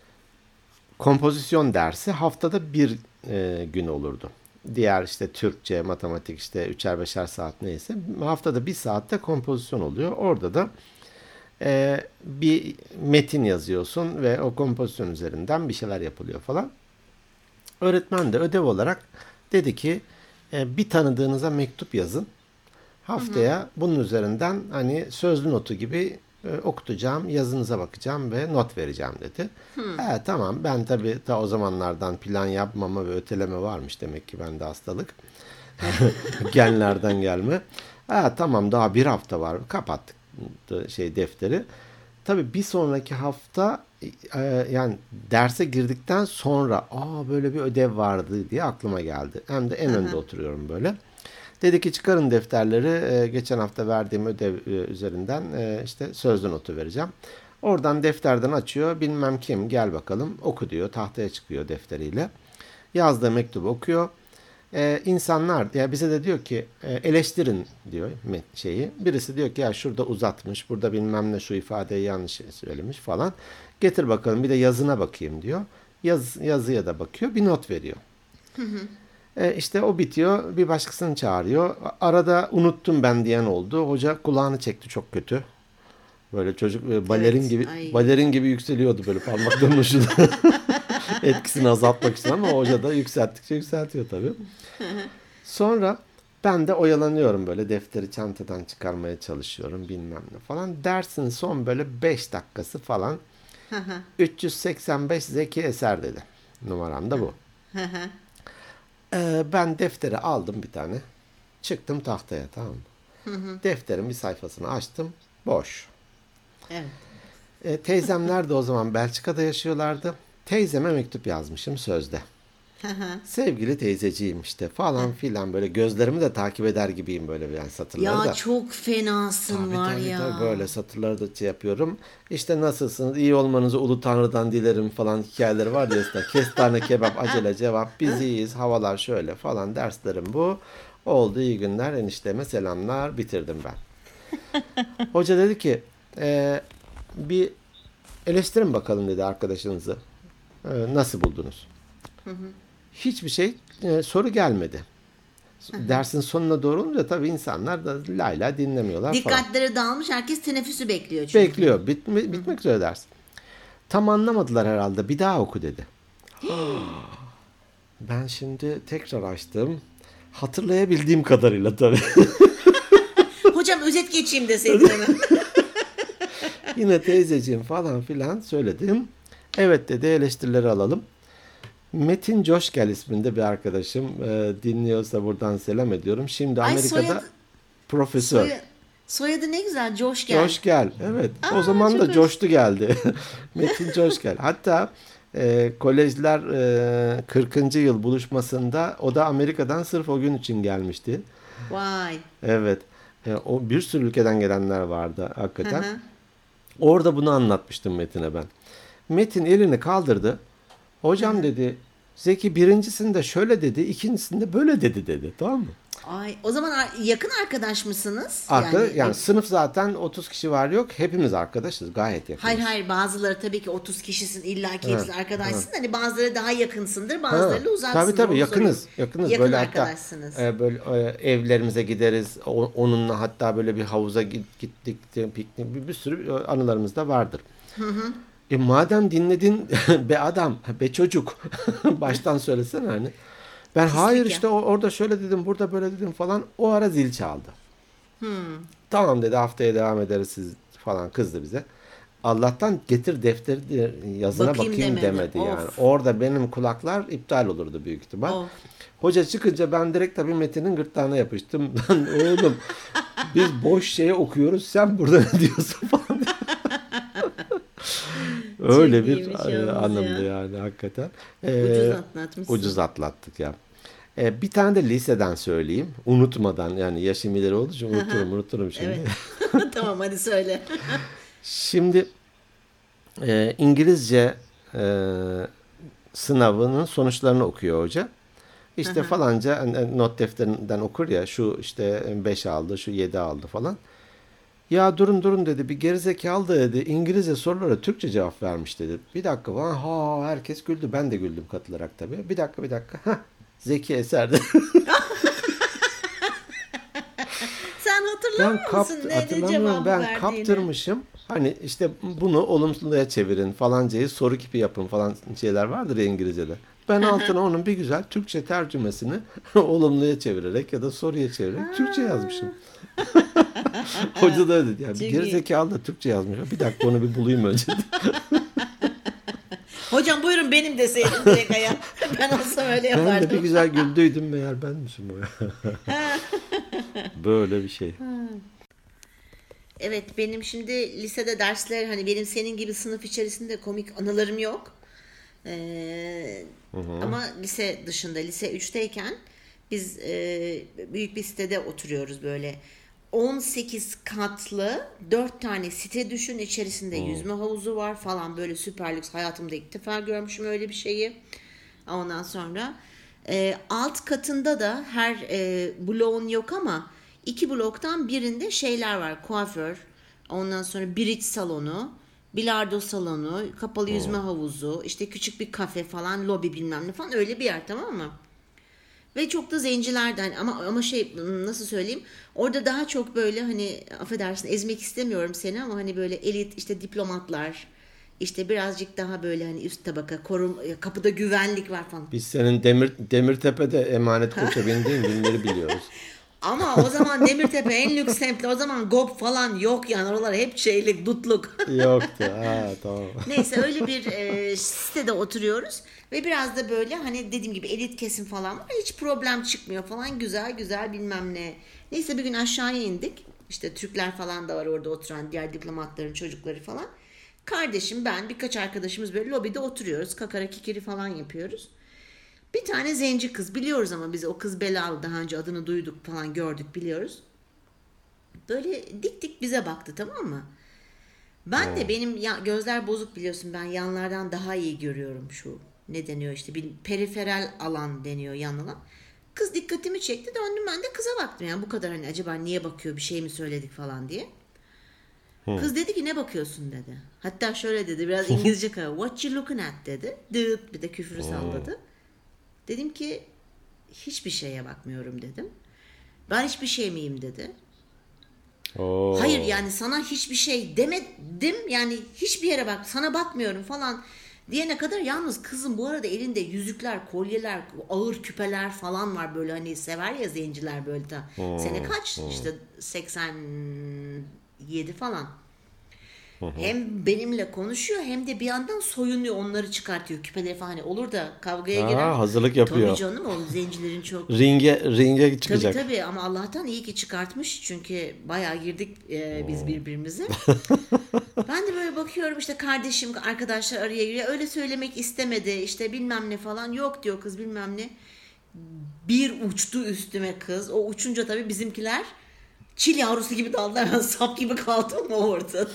Kompozisyon dersi haftada bir e, gün olurdu. Diğer işte Türkçe, matematik işte üçer beşer saat neyse. Haftada bir saatte kompozisyon oluyor. Orada da e, bir metin yazıyorsun ve o kompozisyon üzerinden bir şeyler yapılıyor falan. Öğretmen de ödev olarak dedi ki e, bir tanıdığınıza mektup yazın. Haftaya bunun üzerinden hani sözlü notu gibi e, okutacağım, yazınıza bakacağım ve not vereceğim dedi. He, tamam, ben tabii ta o zamanlardan plan yapmama ve öteleme varmış demek ki bende hastalık. Genlerden gelme. Ha, tamam, daha bir hafta var. Kapattık şey defteri. Tabii bir sonraki hafta e, yani derse girdikten sonra aa böyle bir ödev vardı diye aklıma geldi. Hem de en önde oturuyorum böyle. Dedi ki çıkarın defterleri, e, geçen hafta verdiğim ödev e, üzerinden e, işte sözlü notu vereceğim. Oradan defterden açıyor, bilmem kim gel bakalım oku diyor, tahtaya çıkıyor defteriyle. Yazdığı mektubu okuyor. Ee, insanlar ya bize de diyor ki e, eleştirin diyor şeyi. Birisi diyor ki ya şurada uzatmış, burada bilmem ne şu ifadeyi yanlış söylemiş falan. Getir bakalım bir de yazına bakayım diyor. Yaz, yazıya da bakıyor, bir not veriyor. Hı hı. E, işte o bitiyor, bir başkasını çağırıyor. Arada unuttum ben diyen oldu. Hoca kulağını çekti çok kötü. Böyle çocuk e, balerin Evet, gibi ay. balerin gibi yükseliyordu böyle parmaklarının ucunda. Etkisini azaltmak için ama hoca da yükselttikçe yükseltiyor tabii. Sonra ben de oyalanıyorum böyle, defteri çantadan çıkarmaya çalışıyorum bilmem ne falan. Dersin son böyle beş dakikası falan üç yüz seksen beş Zeki Eser dedi. Numaram da bu. Ee, ben defteri aldım bir tane. Çıktım tahtaya, tamam mı? Defterin bir sayfasını açtım. Boş. Evet. E, teyzemler de o zaman Belçika'da yaşıyorlardı. Teyzeme mektup yazmışım sözde. Sevgili teyzeciğim işte falan filan, böyle gözlerimi de takip eder gibiyim böyle yani satırları Ya da. çok fenasın Tabii, var tabii, ya. tabii, böyle satırları da şey yapıyorum. İşte nasılsınız, iyi olmanızı ulu tanrıdan dilerim falan hikayeleri var ya işte. Kestane kebap acele cevap, biz iyiyiz, havalar şöyle falan, derslerim bu. Oldu, iyi günler, enişteme selamlar, bitirdim ben. Hoca dedi ki e, bir eleştirin bakalım dedi arkadaşınızı. E, nasıl buldunuz? Hı hı. Hiçbir şey e, soru gelmedi. Hı hı. Dersin sonuna doğru olunca tabii insanlar da layla dinlemiyorlar Dikkatleri falan. dağılmış, herkes teneffüsü bekliyor çünkü. Bekliyor. Bitme, bitmek üzere ders. Tam anlamadılar herhalde. Bir daha oku dedi. Ben şimdi tekrar açtım. Hatırlayabildiğim kadarıyla tabii. Hocam özet geçeyim deseydin hemen. Yine teyzeciğim falan filan söyledim. Evet dedi, eleştirileri alalım. Metin Coşgel isminde bir arkadaşım, e, dinliyorsa buradan selam ediyorum. Şimdi Ay, Amerika'da soyadı, profesör. soya, soyadı ne güzel, Coşgel. Coşgel, evet. Aa, o zaman çok da hoş. coştu geldi. Metin Coşgel. Hatta e, kolejler e, kırkıncı yıl buluşmasında o da Amerika'dan sırf o gün için gelmişti. Vay. Evet. E, o bir sürü ülkeden gelenler vardı hakikaten. Hı hı. Orada bunu anlatmıştım Metin'e ben. Metin elini kaldırdı. Hocam dedi, Zeki birincisinde şöyle dedi, ikincisinde böyle dedi dedi. Tamam mı? Ay, o zaman ar- yakın arkadaş mısınız? Arka, yani, Yani, sınıf zaten otuz kişi var yok. Hepimiz arkadaşız. Gayet yakınız. hayır hayır, bazıları tabii ki otuz kişisin, illaki hepsi Ha, arkadaşsın. Hani bazıları daha yakınsındır, Ha, bazılarıyla uzaksındır. tabii tabii onu yakınız. soruyorum. Yakınız. Yakın Böyle hatta arkadaşsınız. e, böyle e, evlerimize gideriz. O- onunla hatta böyle bir havuza git- gittik, piknik, bir, bir sürü anılarımız da vardır. E madem dinledin be adam, be çocuk. Baştan söylesene hani. Ben hayır Pislik işte ya. o- orada şöyle dedim, burada böyle dedim falan. O ara zil çaldı. Hmm. Tamam dedi, haftaya devam ederiz siz falan, kızdı bize. Allah'tan getir defteri de yazına Bakayım bakayım, demedi. demedi yani. Of. Orada benim kulaklar iptal olurdu büyük ihtimal. Of. Hoca çıkınca ben direkt tabii Metin'in gırtlağına yapıştım. Lan oğlum biz boş şeye okuyoruz, sen burada ne diyorsun falan. Öyle Çok bir iyiymiş e, yalnız anımdı ya. yani hakikaten. Ucuz Ee, atlatmışsın. ucuz atlattık ya. Ee, bir tane de liseden söyleyeyim. Unutmadan, yani yaşım ileri olduğu için unuturum unuturum şimdi. Evet. Tamam, hadi söyle. Şimdi e, İngilizce e, sınavının sonuçlarını okuyor hoca. İşte falanca e, not defterinden okur ya, şu işte beş aldı, şu yedi aldı falan. Ya durun durun dedi, bir gerizekalı da dedi İngilizce sorulara Türkçe cevap vermiş dedi. Bir dakika falan, ha herkes güldü, ben de güldüm katılarak tabii. Bir dakika bir dakika. Heh, Zeki Eser'de. Sen Ben hatırlamıyor kap, musun ne, ne hatırlamıyorum, cevabı ben verdiğini? kaptırmışım. Hani işte bunu olumluya çevirin falancayı soru kipi yapın falan şeyler vardır ya İngilizce'de. Ben altına onun bir güzel Türkçe tercümesini olumluya çevirerek ya da soruya çevirerek Türkçe yazmışım. Hoca da öyle dedi. Ya, bir Çok iyi. gerizekalı da Türkçe yazmış. Bir dakika onu bir bulayım önce. Hocam buyurun benim deseydin direkt aya. Ben olsam öyle Ben de bir yapardım. güzel güldüydüm, meğer benmişim o ya. Böyle bir şey. Evet, benim şimdi lisede dersler, hani benim senin gibi sınıf içerisinde komik anılarım yok. Ee, ama lise dışında, lise üçteyken biz e, büyük bir sitede oturuyoruz böyle. on sekiz katlı dört tane site düşün, içerisinde yüzme havuzu var falan, böyle süper lüks, hayatımda ilk defa görmüşüm öyle bir şeyi. Ondan sonra e, alt katında da her e, bloğun yok ama iki bloktan birinde şeyler var, kuaför, ondan sonra bridge salonu, bilardo salonu, kapalı yüzme havuzu, işte küçük bir kafe falan, lobi bilmem ne falan, öyle bir yer, tamam mı? Ve çok da zencilerden, ama ama şey, nasıl söyleyeyim, orada daha çok böyle, hani affedersin ezmek istemiyorum seni ama hani böyle elit işte diplomatlar, işte birazcık daha böyle hani üst tabaka, korum, kapıda güvenlik var falan. Biz senin Demir Demirtepe'de emanet koça bindiğin günleri biliyoruz. Ama o zaman Demirtepe en lüks semtli, o zaman G O P falan yok yani, oralar hep şeylik, dutluk. Yoktu. Ha tamam. Neyse, öyle bir e, sitede oturuyoruz ve biraz da böyle hani dediğim gibi elit kesim falan var, hiç problem çıkmıyor falan, güzel güzel bilmem ne. Neyse, bir gün aşağıya indik, işte Türkler falan da var orada oturan, diğer diplomatların çocukları falan. Kardeşim, ben, birkaç arkadaşımız böyle lobide oturuyoruz, kakara kikiri falan yapıyoruz. Bir tane zenci kız, biliyoruz ama biz o kız belalı, daha önce adını duyduk falan, gördük, biliyoruz. Böyle dik dik bize baktı, tamam mı? Ben de, benim ya, gözler bozuk biliyorsun, ben yanlardan daha iyi görüyorum, şu ne deniyor işte, bir periferal alan deniyor, yan alan. Kız dikkatimi çekti, döndüm ben de kıza baktım, yani bu kadar hani acaba niye bakıyor, bir şey mi söyledik falan diye. Kız dedi ki ne bakıyorsun dedi. Hatta şöyle dedi, biraz İngilizce kavga. What you looking at dedi. Dıt, bir de küfürü salladı. Dedim ki hiçbir şeye bakmıyorum dedim. Ben hiçbir şey miyim dedi. Oo. Hayır yani sana hiçbir şey demedim, yani hiçbir yere bak, sana bakmıyorum falan. Diyene kadar yalnız kızım bu arada elinde yüzükler, kolyeler, ağır küpeler falan var böyle hani sever ya zenciler böyle de. Sene kaç? İşte seksen yedi falan. Hem benimle konuşuyor hem de bir yandan soyunuyor, onları çıkartıyor, küpeleri falan. Hani olur da kavgaya girer. Aa, hazırlık yapıyor. Tabii canım, o zencilerin çok. Ringe ringe Tabii çıkacak. tabii, ama Allah'tan iyi ki çıkartmış çünkü bayağı girdik e, biz birbirimize. Ben de böyle bakıyorum, işte kardeşim, arkadaşlar araya giriyor. Öyle söylemek istemedi işte bilmem ne falan. Yok diyor kız bilmem ne. Bir uçtu üstüme kız. O uçunca tabii bizimkiler çil yavrusu gibi daldılar. Ben sap gibi kaldım mı ortada.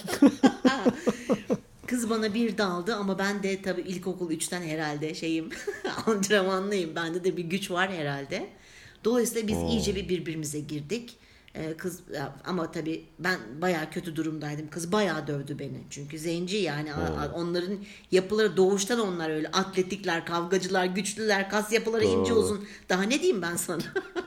Kız bana bir daldı ama ben de tabii ilkokul üçten herhalde şeyim antrenmanlıyım. Bende de bir güç var herhalde. Dolayısıyla biz iyice bir birbirimize girdik. Ee, kız ama tabii ben bayağı kötü durumdaydım. Kız bayağı dövdü beni. Çünkü zenci yani a- onların yapıları doğuştan, onlar öyle atletikler, kavgacılar, güçlüler, kas yapıları ince Doğru. uzun. Daha ne diyeyim ben sana?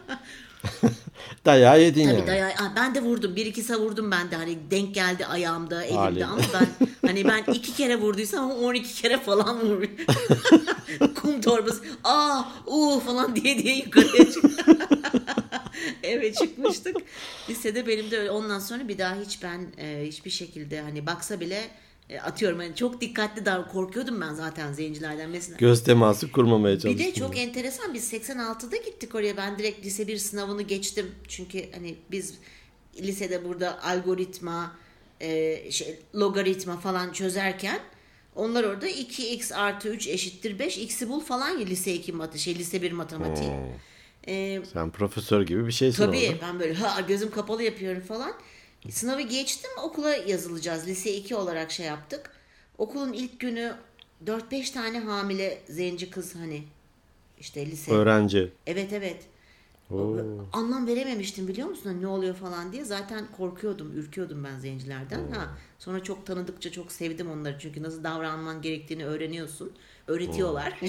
Dayağı yedin Tabii yani. dayağı, ah, ben de vurdum. Bir iki savurdum ben de. Hani denk geldi ayağımda, elimde, Haliyle. ama ben hani ben iki kere vurduysam on iki kere falan vurmuş. Kum torbası. Aa, uh falan diye diye yukarıya çıktı. Eve çıkmıştık. Lisede benim de öyle. Ondan sonra bir daha hiç ben e, hiçbir şekilde hani baksa bile e, atıyorum. Hani çok dikkatli davran. Korkuyordum ben zaten zencilerden mesela. Göz teması kurmamaya Bir çalıştım. de çok enteresan, biz seksen altıda gittik oraya. Ben direkt lise bir sınavını geçtim. Çünkü hani biz lisede burada algoritma, e, şey, logaritma falan çözerken onlar orada iki x artı üç eşittir beş, x'i bul falan ya, lise iki matı, şey lise bir matematiği. E, Sen profesör gibi bir şeysin tabii orada. ben böyle ha gözüm kapalı yapıyorum falan. Sınavı geçtim, okula yazılacağız. Lise iki olarak şey yaptık. Okulun ilk günü dört beş tane hamile zenci kız, hani işte lise. Öğrenci. Evet evet. Oo. Anlam verememiştim biliyor musun? Hani ne oluyor falan diye. Zaten korkuyordum, ürküyordum ben zencilerden. Ha, sonra çok tanıdıkça çok sevdim onları. Çünkü nasıl davranman gerektiğini öğreniyorsun. Öğretiyorlar.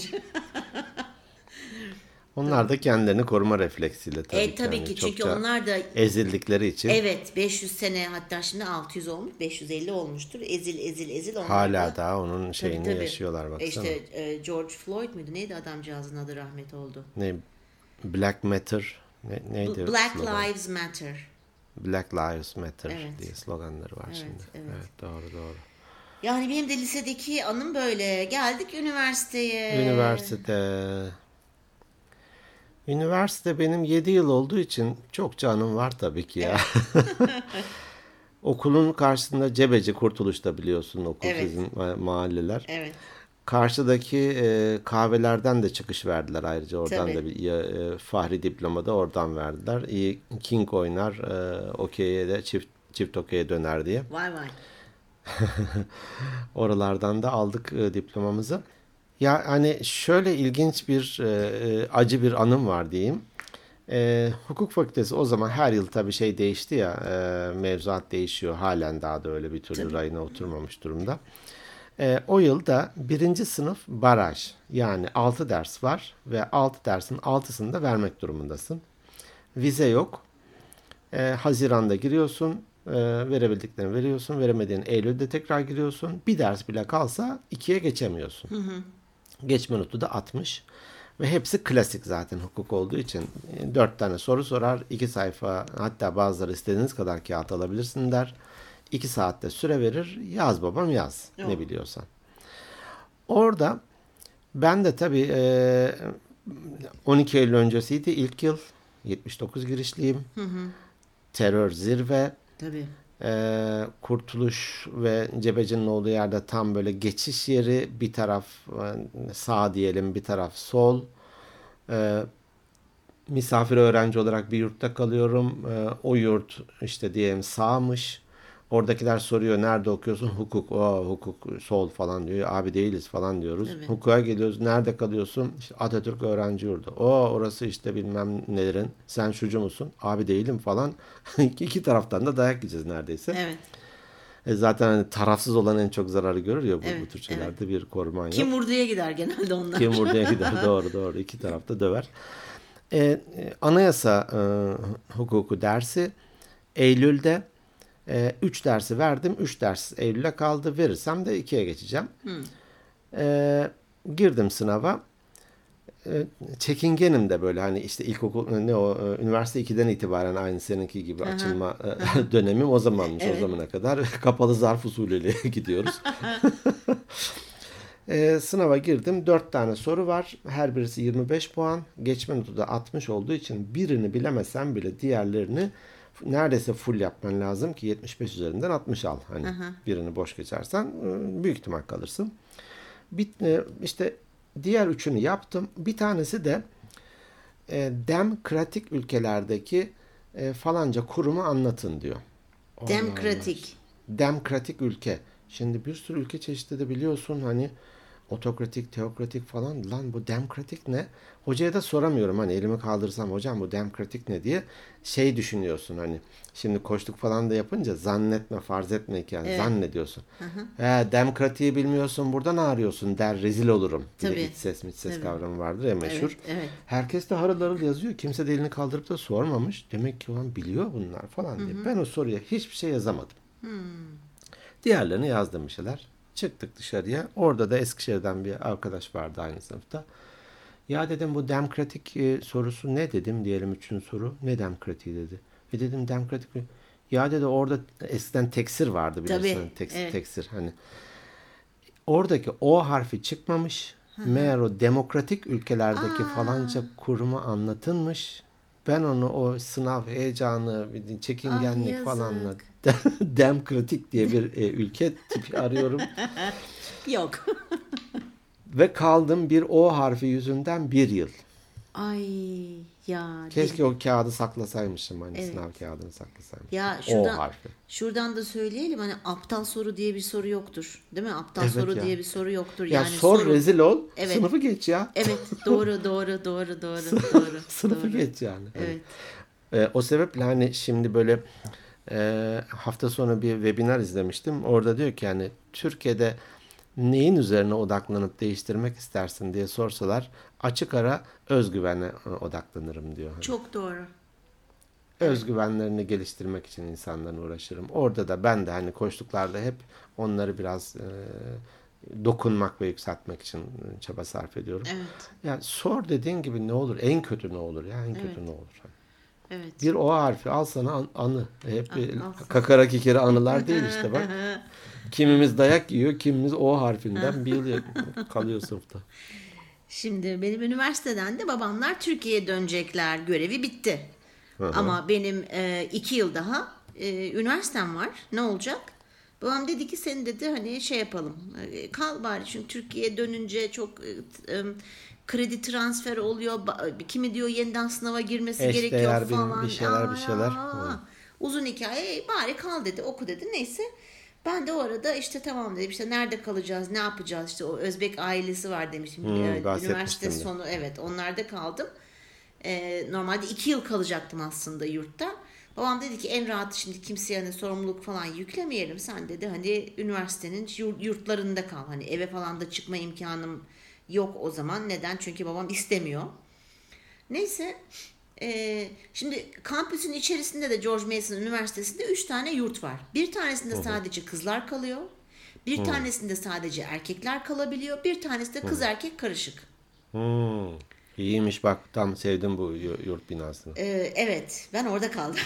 Onlar da kendilerini koruma refleksiyle tabii e ki. tabii Yani ki çünkü çokça onlar da ezildikleri için evet beş yüz sene, hatta şimdi altı yüz olmuş, beş yüz elli olmuştur. Ezil ezil ezil onlar hala da. daha onun Tabii, şeyini tabii. yaşıyorlar E baksana. İşte e, George Floyd muydu? Neydi adamcağızın adı, rahmet oldu? Ne Black Matter ne, neydi? Black slogan? Lives Matter. Black Lives Matter Evet. diye sloganları var Evet, şimdi. evet. Evet, doğru doğru. Yani benim de lisedeki anım böyle. Geldik üniversiteye. Üniversite. Üniversite benim yedi yıl olduğu için çokça anım var tabii ki ya. Okulun karşısında Cebeci, Kurtuluş'ta biliyorsun okul, Evet. sizin ma- mahalleler. Evet. Karşıdaki e, kahvelerden de çıkış verdiler ayrıca. Oradan Tabii. da bir ya, e, fahri diploma da oradan verdiler. İyi king oynar, e, okey'e de çift çift okey'e döner diye. Vay vay. Oralardan da aldık e, diplomamızı. Ya hani şöyle ilginç bir e, e, acı bir anım var diyeyim. E, hukuk fakültesi o zaman her yıl tabii şey değişti ya, e, mevzuat değişiyor. Halen daha da öyle bir türlü Tabii. rayına oturmamış durumda. E, o yılda birinci sınıf baraj, yani altı ders var ve altı dersin altısını da vermek durumundasın. Vize yok. E, Haziran'da giriyorsun, e, verebildiklerini veriyorsun, veremediğin Eylül'de tekrar giriyorsun. Bir ders bile kalsa ikiye geçemiyorsun. Geçme notu da altmış. Ve hepsi klasik zaten hukuk olduğu için. E, Dört tane soru sorar, iki sayfa, hatta bazıları istediğiniz kadar kağıt alabilirsin der. İki saatte süre verir, yaz babam yaz, Yok. ne biliyorsan. Orada ben de tabii e, on iki Eylül öncesiydi ilk yıl. yetmiş dokuz girişliyim. Terör zirve. Tabii. E, Kurtuluş ve Cebeci'nin olduğu yerde tam böyle geçiş yeri. Bir taraf e, sağ diyelim, bir taraf sol. E, misafir öğrenci olarak bir yurtta kalıyorum. E, o yurt işte diyelim sağmış. Oradakiler soruyor nerede okuyorsun? Hukuk. O hukuk sol falan diyor. Abi değiliz falan diyoruz. Evet. Hukuka geliyoruz. Nerede kalıyorsun? İşte Atatürk öğrenci yurdu. O orası işte bilmem nelerin. Sen şucu musun? Abi değilim falan. İki taraftan da dayak yiyeceğiz neredeyse. Evet. E zaten hani tarafsız olan en çok zararı görür ya bu, Evet, bu tür şeylerde bir koruman yok. Kim vurduya gider genelde onlar. Kim vurduya gider, doğru doğru, iki tarafta döver. E, e, anayasa e, hukuku dersi Eylül'de üç dersi verdim. üç ders Eylül'e kaldı. Verirsem de ikiye geçeceğim. Ee, girdim sınava. Ee, çekingenim de böyle hani işte ilkokul ne o e, üniversite ikiden itibaren aynı seninki gibi Aha, açılma aha. e, dönemim o zamanmış o Evet. zamana kadar kapalı zarf usulüyle gidiyoruz. Ee, sınava girdim. Dört tane soru var. Her birisi yirmi beş puan. Geçme notu da altmış olduğu için birini bilemesen bile diğerlerini neredeyse full yapman lazım ki yetmiş beş üzerinden altmış al. Hani Aha. birini boş geçersen e, büyük ihtimal kalırsın. Bir, e, işte diğer üçünü yaptım. Bir tanesi de e, demokratik ülkelerdeki e, falanca kurumu anlatın diyor. Allah Allah. Demokratik. Demokratik ülke. Şimdi bir sürü ülke çeşidi de biliyorsun hani otokratik, teokratik falan. Lan bu demokratik ne? Hocaya da soramıyorum hani elimi kaldırsam hocam bu demokratik ne diye şey düşünüyorsun hani. Şimdi koçluk falan da yapınca zannetme, farz etme ki yani Evet. zannediyorsun. Aha. He, demokratiği bilmiyorsun burada ne arıyorsun der rezil olurum. Bir de Tabii. iç ses iç ses Tabii. kavramı vardır ya Evet. meşhur. Evet. Herkes de harıl harıl yazıyor. Kimse de elini kaldırıp da sormamış. Demek ki ulan biliyor bunlar falan diye. Ben o soruya hiçbir şey yazamadım. Diğerlerini yazdım bir şeyler. Çıktık dışarıya. Orada da Eskişehir'den bir arkadaş vardı aynı sınıfta. Ya dedim bu demokratik e, sorusu ne dedim diyelim üçüncü soru. Ne demokratiği dedi. E dedim demokratik mi? Ya dedi orada eskiden teksir vardı bilirsin. Tabii. Hani Teks, Evet. teksir hani. Oradaki O harfi çıkmamış. Meğer o demokratik ülkelerdeki Aa, falanca kurumu anlatılmış. Ben onu o sınav heyecanı, bir ah çekingenlik falanla yazık. demokratik diye bir e, ülke tipi arıyorum. Yok. Ve kaldım bir O harfi yüzünden bir yıl. Ay ya Keşke bir o kağıdı saklasaymışım hani evet. sınav kağıdını saklasaymışım. Ya O şuradan harfi. şuradan da söyleyelim hani aptal soru diye bir soru yoktur. Değil mi? Aptal Evet soru ya. diye bir soru yoktur. Ya Yani sor soru. rezil ol, Evet. sınıfı geç ya. Evet, doğru doğru doğru doğru doğru Sınıfı doğru. geç yani. Hani, Evet. e, o sebeple hani şimdi böyle e, hafta sonu bir webinar izlemiştim. Orada diyor ki yani Türkiye'de neyin üzerine odaklanıp değiştirmek istersin diye sorsalar açık ara özgüvene e, odaklanırım diyor. Hani. Çok doğru. Özgüvenlerini geliştirmek için insanların uğraşırım. Orada da ben de hani koçluklarda hep onları biraz e, dokunmak ve yükseltmek için e, çaba sarf ediyorum. Evet. Yani sor dediğin gibi ne olur? En kötü ne olur? Ya en kötü Evet. ne olur? Evet. Bir O harfi al sana an- anı. Hep Al, bir al sana. kakara kikiri anılar değil işte bak. Kimimiz dayak yiyor, kimimiz O harfinden bir yıl kalıyor sınıfta. Şimdi benim üniversiteden de babamlar Türkiye'ye dönecekler. Görevi bitti. Ama benim e, iki yıl daha e, üniversitem var. Ne olacak? Babam dedi ki senin dedi hani şey yapalım. e, Kal bari çünkü Türkiye'ye dönünce çok e, e, kredi transfer oluyor. Ba- Kimi diyor yeniden sınava girmesi Eş gerekiyor değer bir, falan. bir şeyler bir Aa, şeyler. aa. Hı. Uzun hikaye. E, bari kal dedi, oku dedi. Neyse. Ben de o arada işte tamam dedim işte nerede kalacağız, ne yapacağız işte o Özbek ailesi var demiştim. Hmm, E, üniversite bahsetmiştin de. sonu evet onlarda kaldım. E, normalde iki yıl kalacaktım aslında yurtta. Babam dedi ki en rahat şimdi kimseye hani sorumluluk falan yüklemeyelim. Sen dedi hani üniversitenin yur- yurtlarında kal. Hani eve falan da çıkma imkanım yok o zaman. Neden? Çünkü babam istemiyor. Neyse e, şimdi kampüsün içerisinde de George Mason Üniversitesi'nde üç tane yurt var. Bir tanesinde sadece kızlar kalıyor. Bir tanesinde sadece erkekler kalabiliyor. Bir tanesi de kız erkek karışık. Hmm. İyiymiş bak tam sevdim bu yu- yurt binasını. E, evet ben orada kaldım.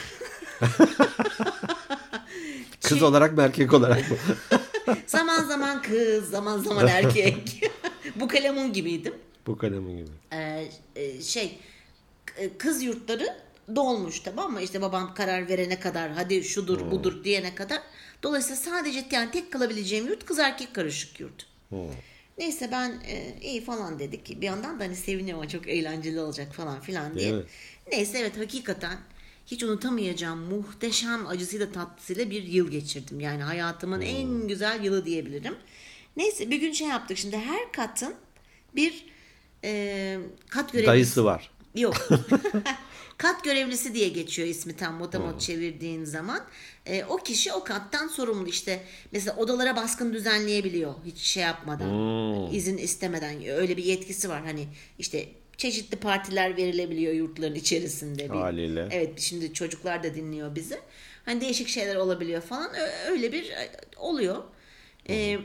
Kız Şey, olarak mı erkek olarak mı? zaman zaman kız, zaman zaman erkek. Bu kalemun gibiydim. Bu kalemin gibi. Ee, e, şey e, kız yurtları dolmuş tamam mı? İşte babam karar verene kadar hadi şudur budur diyene kadar. Dolayısıyla sadece yani tek kalabileceğim yurt kız erkek karışık yurt. Neyse ben e, iyi falan dedik. Bir yandan da hani seviniyorum çok eğlenceli olacak falan filan diye. Değil mi? Neyse evet hakikaten hiç unutamayacağım muhteşem acısıyla tatlısıyla bir yıl geçirdim. Yani hayatımın en güzel yılı diyebilirim. Neyse bir gün şey yaptık şimdi her katın bir e, kat görevlisi. Dayısı var. Yok. Kat görevlisi diye geçiyor ismi tam motamot çevirdiğin zaman. E, o kişi o kattan sorumlu işte. Mesela odalara baskın düzenleyebiliyor hiç şey yapmadan. Hmm. izin istemeden. Öyle bir yetkisi var. Hani işte çeşitli partiler verilebiliyor yurtların içerisinde. Bir, Haliyle. evet şimdi çocuklar da dinliyor bizi. Hani değişik şeyler olabiliyor falan. Ö- Öyle bir e, oluyor. E,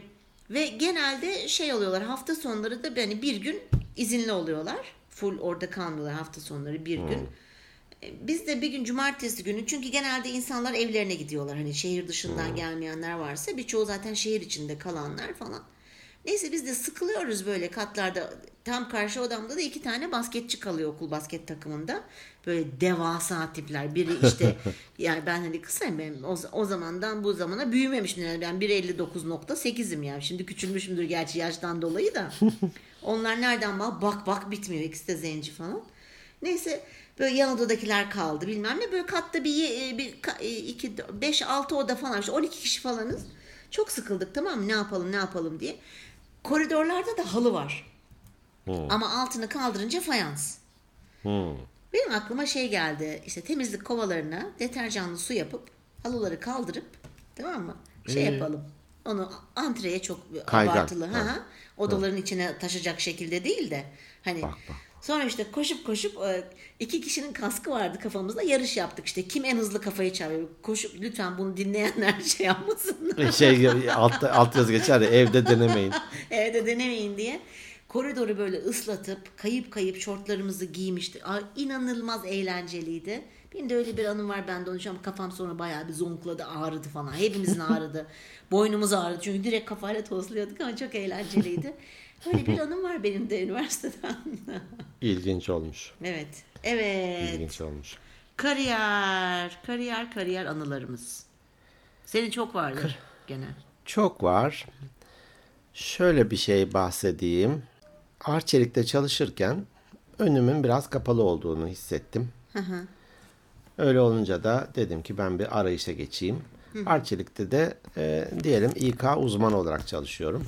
Ve genelde şey oluyorlar, hafta sonları da yani bir gün izinli oluyorlar. Full orada kalmıyorlar hafta sonları bir gün. E, Biz de bir gün cumartesi günü, çünkü genelde insanlar evlerine gidiyorlar. Hani şehir dışından gelmeyenler varsa, birçoğu zaten şehir içinde kalanlar falan. Neyse biz de sıkılıyoruz böyle katlarda. Tam karşı odamda da iki tane basketçi kalıyor okul basket takımında. Böyle devasa tipler. Biri işte yani ben hani kısayım, benim o, o zamandan bu zamana büyümemişim. Yani ben bir elli dokuz nokta sekizim yani. Şimdi küçülmüşümdür gerçi yaştan dolayı da. Onlar nereden bak bak bak bitmiyor. İkisi de zenci falan. Neyse böyle yan odadakiler kaldı bilmem ne. Böyle katta bir, bir iki, beş, altı oda falan, işte on iki kişi falanız. Çok sıkıldık, tamam mı, ne yapalım ne yapalım diye. Koridorlarda da halı var. Hmm. Ama altını kaldırınca fayans. Hmm. Benim aklıma şey geldi. İşte temizlik kovalarına deterjanlı su yapıp halıları kaldırıp, tamam mı? Şey Ee? yapalım. Onu antreye çok Kaygan. abartılı. Ha. Ha. Ha. Odaların içine taşacak şekilde değil de. Hani Bak bak. sonra işte koşup koşup iki kişinin kaskı vardı kafamızda, yarış yaptık. İşte kim en hızlı kafayı çarpıyor. Koşup, lütfen bunu dinleyenler şey yapmasınlar. Şey alt, alt yazı geçer ya, evde denemeyin. Evde denemeyin diye. Koridoru böyle ıslatıp kayıp kayıp şortlarımızı giymiştik. Aa, inanılmaz eğlenceliydi. Benim de öyle bir anım var, ben de onu şu an kafam sonra bayağı bir zonkladı, ağrıdı falan. Hepimizin ağrıdı. Boynumuz ağrıdı çünkü direkt kafayla tozluyorduk ama çok eğlenceliydi. Öyle bir anım var benim de üniversiteden. İlginç olmuş. Evet. Evet. İlginç olmuş. Kariyer. Kariyer kariyer anılarımız. Senin çok vardı gene. Çok var. Şöyle bir şey bahsedeyim. Arçelik'te çalışırken önümün biraz kapalı olduğunu hissettim. Hı hı. Öyle olunca da dedim ki ben bir arayışa geçeyim. Arçelik'te de e, diyelim İK uzmanı olarak çalışıyorum.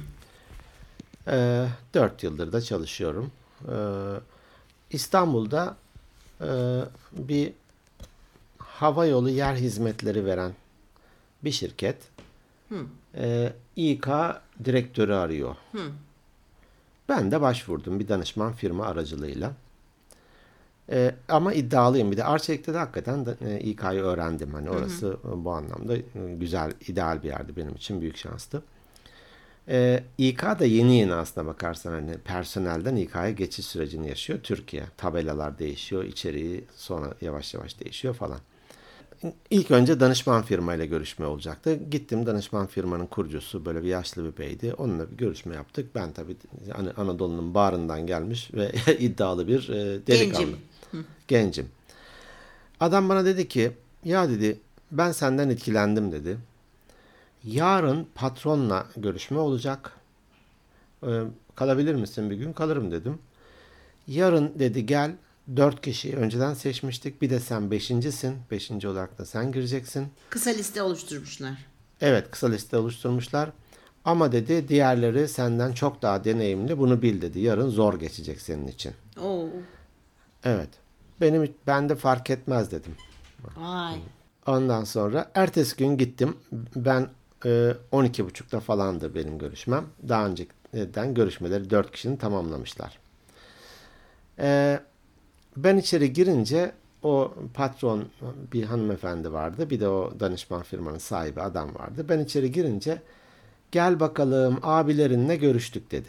E, dört yıldır da çalışıyorum. E, İstanbul'da e, bir havayolu yer hizmetleri veren bir şirket e, İK direktörü arıyor. Hı. Ben de başvurdum bir danışman firma aracılığıyla. Ee, ama iddialıyım. Bir de Arçelik'te de hakikaten de, e, İK'yı öğrendim. Hani orası hı hı. bu anlamda e, güzel, ideal bir yerdi benim için. Büyük şanstı. Ee, İK da yeni yeni aslına bakarsan hani personelden İK'ya geçiş sürecini yaşıyor Türkiye. Tabelalar değişiyor, içeriği sonra yavaş yavaş değişiyor falan. İlk önce danışman firmayla görüşme olacaktı. Gittim, danışman firmanın kurucusu böyle bir yaşlı bir beydi. Onunla bir görüşme yaptık. Ben tabii hani Anadolu'nun bağrından gelmiş ve iddialı bir e, delikanlı. Gencim. Hı. Gencim. Adam bana dedi ki, ya dedi ben senden etkilendim dedi. Yarın patronla görüşme olacak. Ee, kalabilir misin bir gün? Kalırım dedim. Yarın dedi gel. Dört kişi önceden seçmiştik. Bir de sen beşincisin. Beşinci olarak da sen gireceksin. Kısa liste oluşturmuşlar. Evet, kısa liste oluşturmuşlar. Ama dedi diğerleri senden çok daha deneyimli. Bunu bil dedi. Yarın zor geçecek senin için. Oo. Evet. Benim ben de fark etmez dedim. Vay. Ondan sonra ertesi gün gittim. Ben e, on iki buçukta falandı benim görüşmem. Daha önceden görüşmeleri dört kişinin tamamlamışlar. E, ben içeri girince o patron bir hanımefendi vardı. Bir de o danışman firmanın sahibi adam vardı. Ben içeri girince gel bakalım abilerinle görüştük dedi.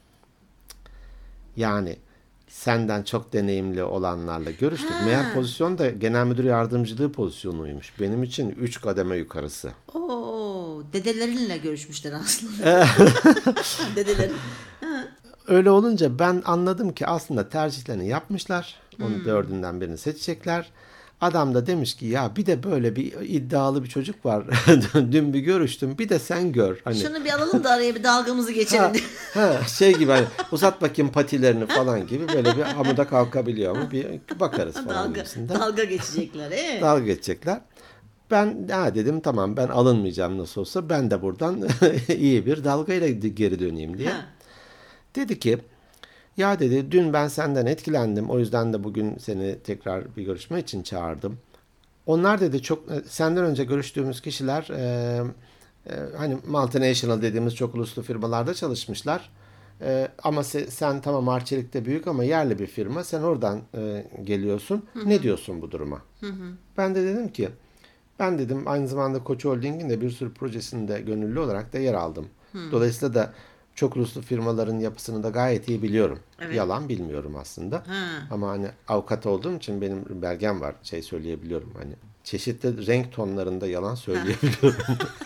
Yani senden çok deneyimli olanlarla görüştük. Ha. Meğer pozisyon da genel müdür yardımcılığı pozisyonuymuş. Benim için üç kademe yukarısı. Oo, dedelerinle görüşmüşler aslında. Dedelerin. Öyle olunca ben anladım ki aslında tercihlerini yapmışlar. Onu hmm. dördünden birini seçecekler. Adam da demiş ki ya bir de böyle bir iddialı bir çocuk var. Dün bir görüştüm. Bir de sen gör. Hani, şunu bir alalım da araya bir dalgamızı geçelim. Ha, ha, şey gibi hani uzat bakayım patilerini falan gibi böyle bir hamuda kalkabiliyor mu? Bir bakarız falan dalga, gibisinden. dalga geçecekler. Evet. Dalga geçecekler. Ben ha dedim tamam ben alınmayacağım nasıl olsa. Ben de buradan iyi bir dalgayla geri döneyim diye. Ha. Dedi ki ya dedi dün ben senden etkilendim. O yüzden de bugün seni tekrar bir görüşme için çağırdım. Onlar dedi çok senden önce görüştüğümüz kişiler e, e, hani multinational dediğimiz çok uluslu firmalarda çalışmışlar. E, ama se, sen tamam Arçelik'te büyük ama yerli bir firma. Sen oradan e, geliyorsun. Hı hı. Ne diyorsun bu duruma? Hı hı. Ben de dedim ki ben dedim aynı zamanda Koç Holding'in de bir sürü projesinde gönüllü olarak da yer aldım. Dolayısıyla da çok uluslu firmaların yapısını da gayet iyi biliyorum. Evet. Yalan bilmiyorum aslında. Ha. Ama hani avukat olduğum için benim belgem var. Şey söyleyebiliyorum hani. Çeşitli renk tonlarında yalan söyleyebiliyorum.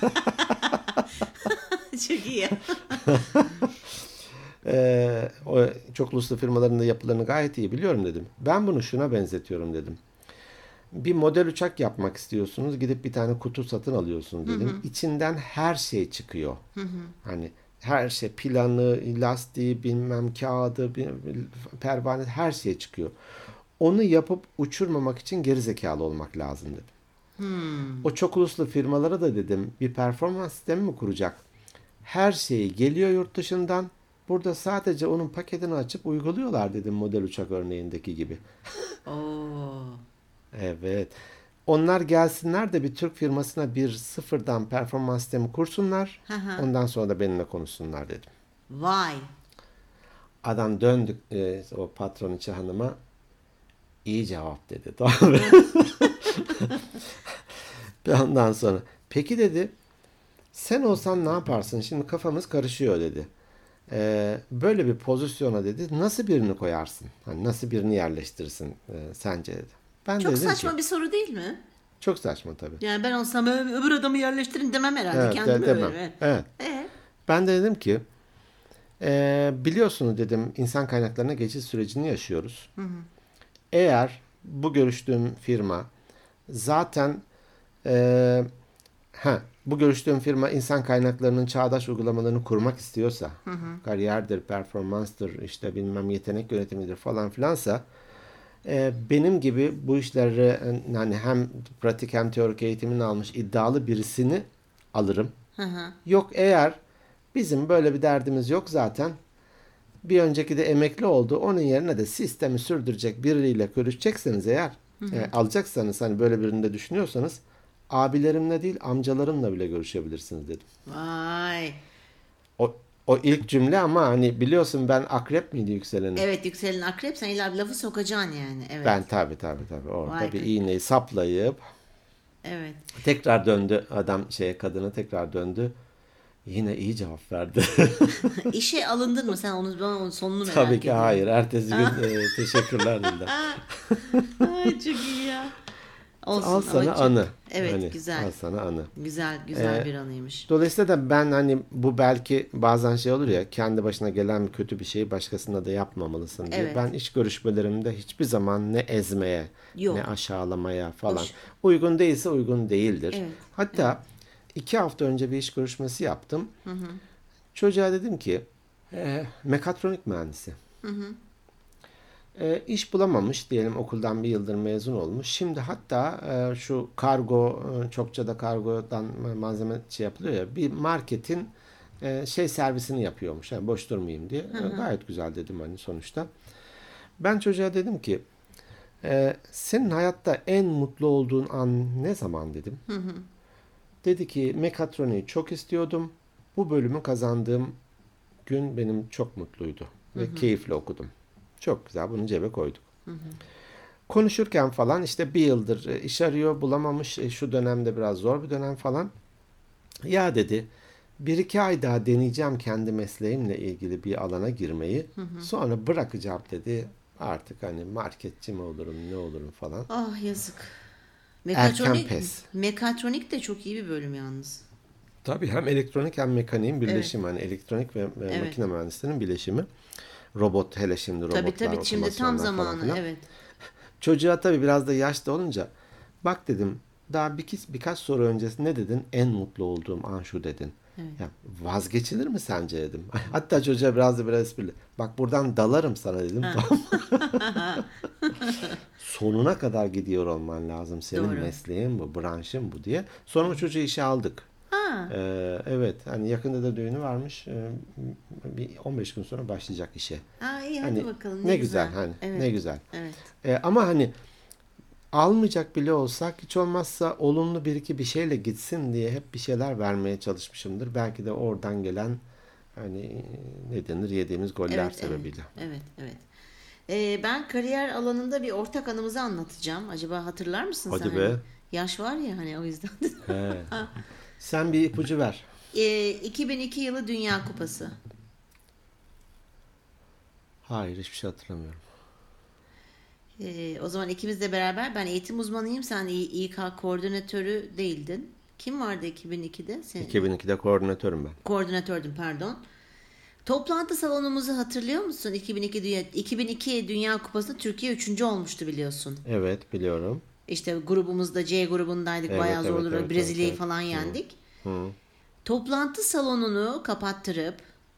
Çok iyi. Ee, o çok uluslu firmaların da yapılarını gayet iyi biliyorum dedim. Ben bunu şuna benzetiyorum dedim. Bir model uçak yapmak istiyorsunuz. Gidip bir tane kutu satın alıyorsunuz dedim. Hı hı. İçinden her şey çıkıyor. Hı hı. Hani her şey, planı, lastiği, bilmem kağıdı, pervane, her şey çıkıyor. Onu yapıp uçurmamak için gerizekalı olmak lazım dedim. Hmm. O çok uluslu firmalara da dedim bir performans sistemi mi kuracak? Her şeyi geliyor yurt dışından. Burada sadece onun paketini açıp uyguluyorlar dedim model uçak örneğindeki gibi. Oo. Evet. Onlar gelsinler de bir Türk firmasına bir sıfırdan performans sistemi kursunlar. Ondan sonra da benimle konuşsunlar dedim. Vay. Adam döndük e, o patron içi hanıma iyi cevap dedi. Tamam mı? Ondan sonra peki dedi sen olsan ne yaparsın? Şimdi kafamız karışıyor dedi. Ee, böyle bir pozisyona dedi nasıl birini koyarsın? Hani nasıl birini yerleştirirsin e, sence dedi. Ben Çok de saçma ki, bir soru değil mi? Çok saçma tabii. Yani ben olsam öbür adamı yerleştirin demem herhalde. Evet, Kendimi de, demem. öyle. Evet. Ee? Ben de dedim ki e, biliyorsunuz dedim insan kaynaklarına geçiş sürecini yaşıyoruz. Hı hı. Eğer bu görüştüğüm firma zaten e, ha, bu görüştüğüm firma insan kaynaklarının çağdaş uygulamalarını kurmak istiyorsa hı hı. kariyerdir, performanstır, işte bilmem yetenek yönetimidir falan filansa e, benim gibi bu işleri hani hem pratik hem teorik eğitimini almış iddialı birisini alırım. Hı hı. Yok eğer bizim böyle bir derdimiz yok zaten bir önceki de emekli oldu onun yerine de sistemi sürdürecek biriyle görüşecekseniz eğer hı hı. E, alacaksanız hani böyle birini de düşünüyorsanız abilerimle değil amcalarımla bile görüşebilirsiniz dedim. Vay. O, o ilk cümle ama hani biliyorsun ben akrep miydi yükselenin? Evet yükselen akrep sen illa bir lafı sokacaksın yani. Evet. Ben tabii tabii tabii orada Vay bir kız. iğneyi saplayıp evet. tekrar döndü adam şeye kadına tekrar döndü. Yine iyi cevap verdi. İşe alındın mı sen onu bana onun sonunu merak Tabii ki ediyorum. hayır. Ertesi gün e, teşekkürler dediler. Ay çok iyi ya. Olsun, al sana çok... anı. Evet hani, güzel. Al sana anı. Güzel güzel ee, bir anıymış. Dolayısıyla da ben hani bu belki bazen şey olur ya kendi başına gelen bir kötü bir şeyi başkasına da yapmamalısın diye. Evet. Ben iş görüşmelerimde hiçbir zaman ne ezmeye Yok. ne aşağılamaya falan. Hoş. Uygun değilse uygun değildir. Evet. Hatta evet. iki hafta önce bir iş görüşmesi yaptım. Hı hı. Çocuğa dedim ki e, mekatronik mühendisi. Hı hı. E, iş bulamamış diyelim okuldan bir yıldır mezun olmuş. Şimdi hatta e, şu kargo e, çokça da kargodan malzeme şey yapılıyor ya bir marketin e, şey servisini yapıyormuş. Yani boş durmayayım diye. Hı hı. E, gayet güzel dedim hani sonuçta. Ben çocuğa dedim ki e, senin hayatta en mutlu olduğun an ne zaman dedim. Hı hı. Dedi ki mekatroniği çok istiyordum. Bu bölümü kazandığım gün benim çok mutluydu. Ve hı hı. keyifle okudum. Çok güzel. Bunu cebe koyduk. Hı hı. Konuşurken falan işte bir yıldır iş arıyor bulamamış. E, şu dönemde biraz zor bir dönem falan. Ya dedi bir iki ay daha deneyeceğim kendi mesleğimle ilgili bir alana girmeyi. Hı hı. Sonra bırakacağım dedi. Artık hani marketçi mi olurum ne olurum falan. Ah yazık. Mekatronik, Erken pes. Mekatronik de çok iyi bir bölüm yalnız. Tabii hem elektronik hem mekaniğin birleşimi. Evet. Hani elektronik ve evet. makine mühendisliğinin birleşimi. Robot hele şimdi robotlar, tabii, tabii, şimdi tam zamanı falan. Evet. Çocuğa tabii biraz da yaşta olunca bak dedim daha bir, birkaç soru öncesi ne dedin? En mutlu olduğum an şu dedin. Evet. Ya, vazgeçilir mi sence dedim. Hatta çocuğa biraz da biraz esprili. Bak buradan dalarım sana dedim. Sonuna kadar gidiyor olman lazım. Senin Doğru. mesleğin bu, branşın bu diye. Sonra o çocuğu işe aldık. Ee, evet hani yakında da düğünü varmış ee, bir on beş gün sonra başlayacak işe. Aa, iyi hani, hadi bakalım ne, ne güzel. güzel hani evet. ne güzel. Evet. Ee, ama hani almayacak bile olsak hiç olmazsa olumlu bir iki bir şeyle gitsin diye hep bir şeyler vermeye çalışmışımdır. Belki de oradan gelen hani ne denir yediğimiz goller evet, sebebiyle. Evet evet. evet. Ee, ben kariyer alanında bir ortak anımızı anlatacağım. Acaba hatırlar mısın Hadi sen? be. Hani? Yaş var ya hani o yüzden. He. Sen bir ipucu ver. Ee, iki bin iki yılı Dünya Kupası. Hayır, hiçbir şey hatırlamıyorum. Ee, o zaman ikimiz de beraber, ben eğitim uzmanıyım, sen İ- İK koordinatörü değildin. Kim vardı iki bin ikide? Senin iki bin ikide koordinatörüm ben. koordinatördün, pardon. Toplantı salonumuzu hatırlıyor musun? iki bin iki Dünya, iki bin iki Dünya Kupası'nda Türkiye üçüncü olmuştu biliyorsun. Evet, biliyorum. İşte grubumuzda C grubundaydık, Evet, bayağı evet, zorlu. evet, Brezilya'yı evet, falan yendik. Hı. Toplantı salonunu kapattırıp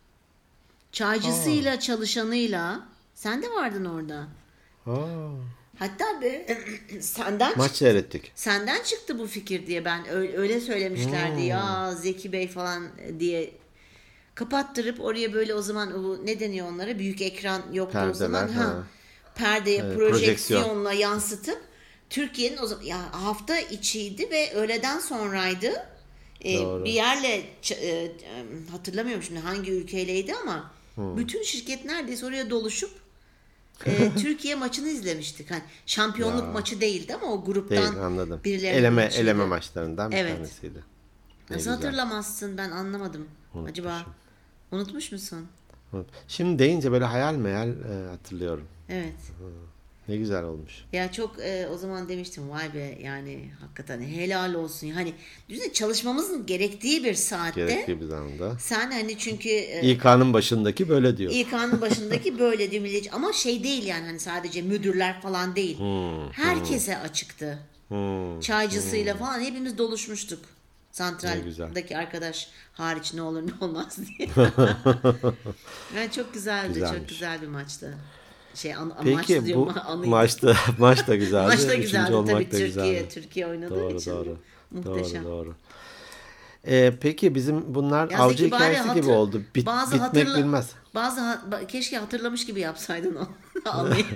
çaycısıyla çalışanıyla, sen de vardın orada. Aa, Hatta be, senden maç çıktı, seyrettik. senden çıktı bu fikir diye, ben öyle, öyle söylemişlerdi ya Zeki Bey falan diye. Kapattırıp oraya böyle, o zaman o, ne deniyor onlara, büyük ekran yoktu Perdeler, o zaman, ha. ha. Perdeye Evet, projeksiyonla projeksiyon. yansıtıp Türkiye'nin o zaman, ya hafta içiydi ve öğleden sonraydı. Ee, Doğru. bir yerle ç- e, e, hatırlamıyorum şimdi hangi ülkeyleydi ama bütün şirket neredeyse oraya doluşup e, Türkiye maçını izlemiştik. Hani şampiyonluk Ya. maçı değildi ama o gruptan Değil, anladım. birilerinin Eleme maçıydı. eleme maçlarından bir Evet. tanesiydi. Ne Nasıl güzel. hatırlamazsın, ben anlamadım. Unutmuşum. Acaba unutmuş musun? Şimdi deyince böyle hayal meyal e, hatırlıyorum. Evet. Ne güzel olmuş. Ya çok e, o zaman demiştim, vay be, yani hakikaten helal olsun. Hani düşünsene, çalışmamızın gerektiği bir saatte Gerektiği bir zamanda. sen hani, çünkü e, İK'nın başındaki böyle diyor. İK'nın başındaki böyle diyor milliyetçi, ama şey değil yani, hani sadece müdürler falan değil. Herkese açıktı. Hmm. Çaycısıyla falan hepimiz doluşmuştuk. Ne Santraldeki arkadaş hariç, ne olur ne olmaz diye. Yani çok güzeldi. Çok Güzelmiş. güzel bir maçtı. Şey an, Peki maçtı bu diyorum, anıydı. maçta maç da güzeldi. Maç da Üçüncü güzeldi olmak tabii, da Türkiye güzeldi. Türkiye oynadığı Doğru için doğru. muhteşem. Doğru doğru. Ee, peki bizim bunlar Ya avcı Zeki, bari hikayesi hatır- gibi oldu. Bit, bazı bitmek hatırla, bilmez. Bazı ha- ba- keşke hatırlamış gibi yapsaydın o anıyı.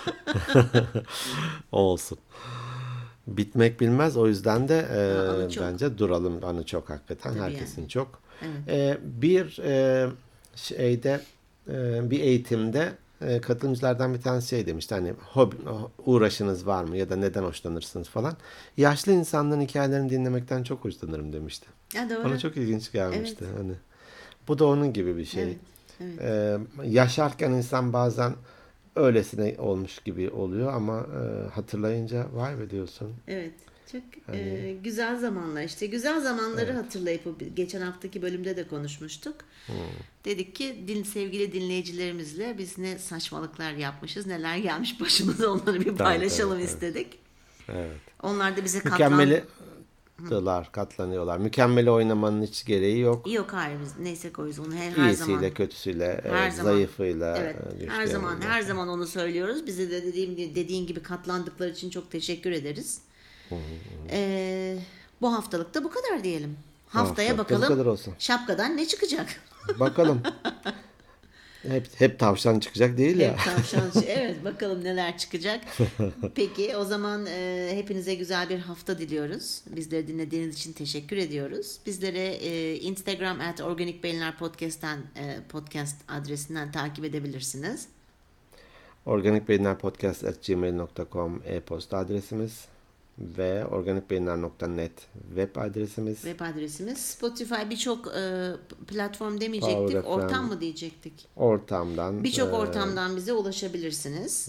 Olsun. Bitmek bilmez. O yüzden de e, Ha, anı çok. bence duralım. Anı çok hakikaten. Tabii Herkesin yani. çok. Evet. E, bir e, şeyde e, bir eğitimde e, katılımcılardan bir tanesi şey demişti. Hani hobi, uğraşınız var mı ya da neden hoşlanırsınız falan. Yaşlı insanların hikayelerini dinlemekten çok hoşlanırım demişti. Ya doğru. Bana çok ilginç gelmişti. Hani bu da onun gibi bir şey. Evet. Evet. Ee, yaşarken insan bazen öylesine olmuş gibi oluyor ama e, hatırlayınca vay be diyorsun. Evet. Çok Hani- e, güzel zamanlar işte. Güzel zamanları hatırlayıp, bu geçen haftaki bölümde de konuşmuştuk. Dedik ki din, sevgili dinleyicilerimizle biz ne saçmalıklar yapmışız, neler gelmiş başımıza, onları bir paylaşalım evet, evet. istedik. Evet. Onlar da bize katlan... Mükemmeli dılar, katlanıyorlar. Mükemmeli oynamanın hiç gereği yok. Yok, hayır, biz neyse koyuz onu her, her İyisiyle, zaman. kötüsüyle, e, Her zaman. zayıfıyla. Evet. e, güçlü Her zaman yanıyla. her zaman onu söylüyoruz. Bize de dediğim dediğin gibi katlandıkları için çok teşekkür ederiz. Ee, bu haftalık da bu kadar diyelim. Haftaya haftalık da bu bakalım kadar olsun. şapkadan ne çıkacak? Bakalım. Hep hep tavşan çıkacak değil ya. Hep tavşan. Evet, bakalım neler çıkacak. Peki o zaman e, hepinize güzel bir hafta diliyoruz. Bizleri dinlediğiniz için teşekkür ediyoruz. Bizlere e, Instagram at Organik Beyinler Podcast'ten e, podcast adresinden takip edebilirsiniz. organikbeyinlerpodcast at gmail nokta com e-posta adresimiz ve organikbeyinler nokta net web adresimiz. Web adresimiz. Spotify, birçok e, platform demeyecektik. Power F M. Ortam mı diyecektik? Ortamdan Birçok e, ortamdan bize ulaşabilirsiniz.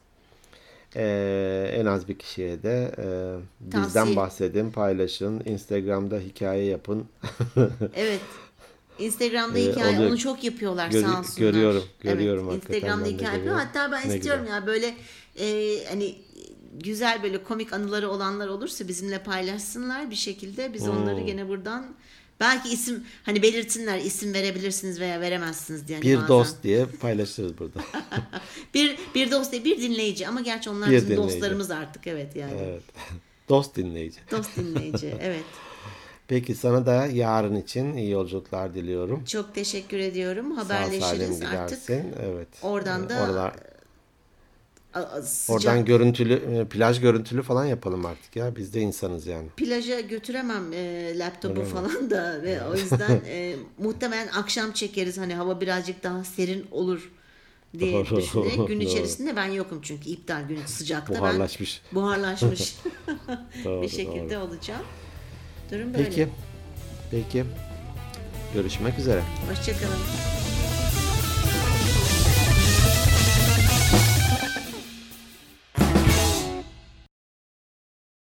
e, en az bir kişiye de e, bizden Tavsiye. bahsedin, paylaşın. Instagram'da hikaye yapın. Evet. Instagram'da Ee, hikaye oluyor. onu çok yapıyorlar, Gör- sağ olsunlar. görüyorum, görüyorum Evet, hakikaten, Instagram'da ben de hikaye yapıyor. görüyorum. Hatta ben Ne istiyorum güzel. ya böyle e, hani güzel böyle komik anıları olanlar olursa bizimle paylaşsınlar bir şekilde. Biz onları gene buradan belki isim hani belirtinler, isim verebilirsiniz veya veremezsiniz diye. Hani Bir bazen. dost diye paylaşırız burada. bir bir dost değil, bir dinleyici, ama gerçi onlar Bir bizim dinleyici. dostlarımız artık, evet yani. Evet. Dost dinleyici. Dost dinleyici, evet. Peki sana da yarın için iyi yolculuklar diliyorum. Çok teşekkür ediyorum. Sağ salim Haberleşiriz artık. gidersin. Evet. Oradan da Oralar, a- a- sıcak oradan görüntülü, e, plaj görüntülü falan yapalım artık ya. Biz de insanız yani. plaja götüremem e, laptopu falan da ve o yüzden e, muhtemelen akşam çekeriz, hani hava birazcık daha serin olur diye Doğru, düşünerek. Gün doğru. içerisinde ben yokum çünkü iptal, gün sıcakta Buharlaşmış. ben buharlaşmış Doğru, bir şekilde doğru. olacağım. Durum böyle. Peki. Peki. Görüşmek üzere. Hoşçakalın.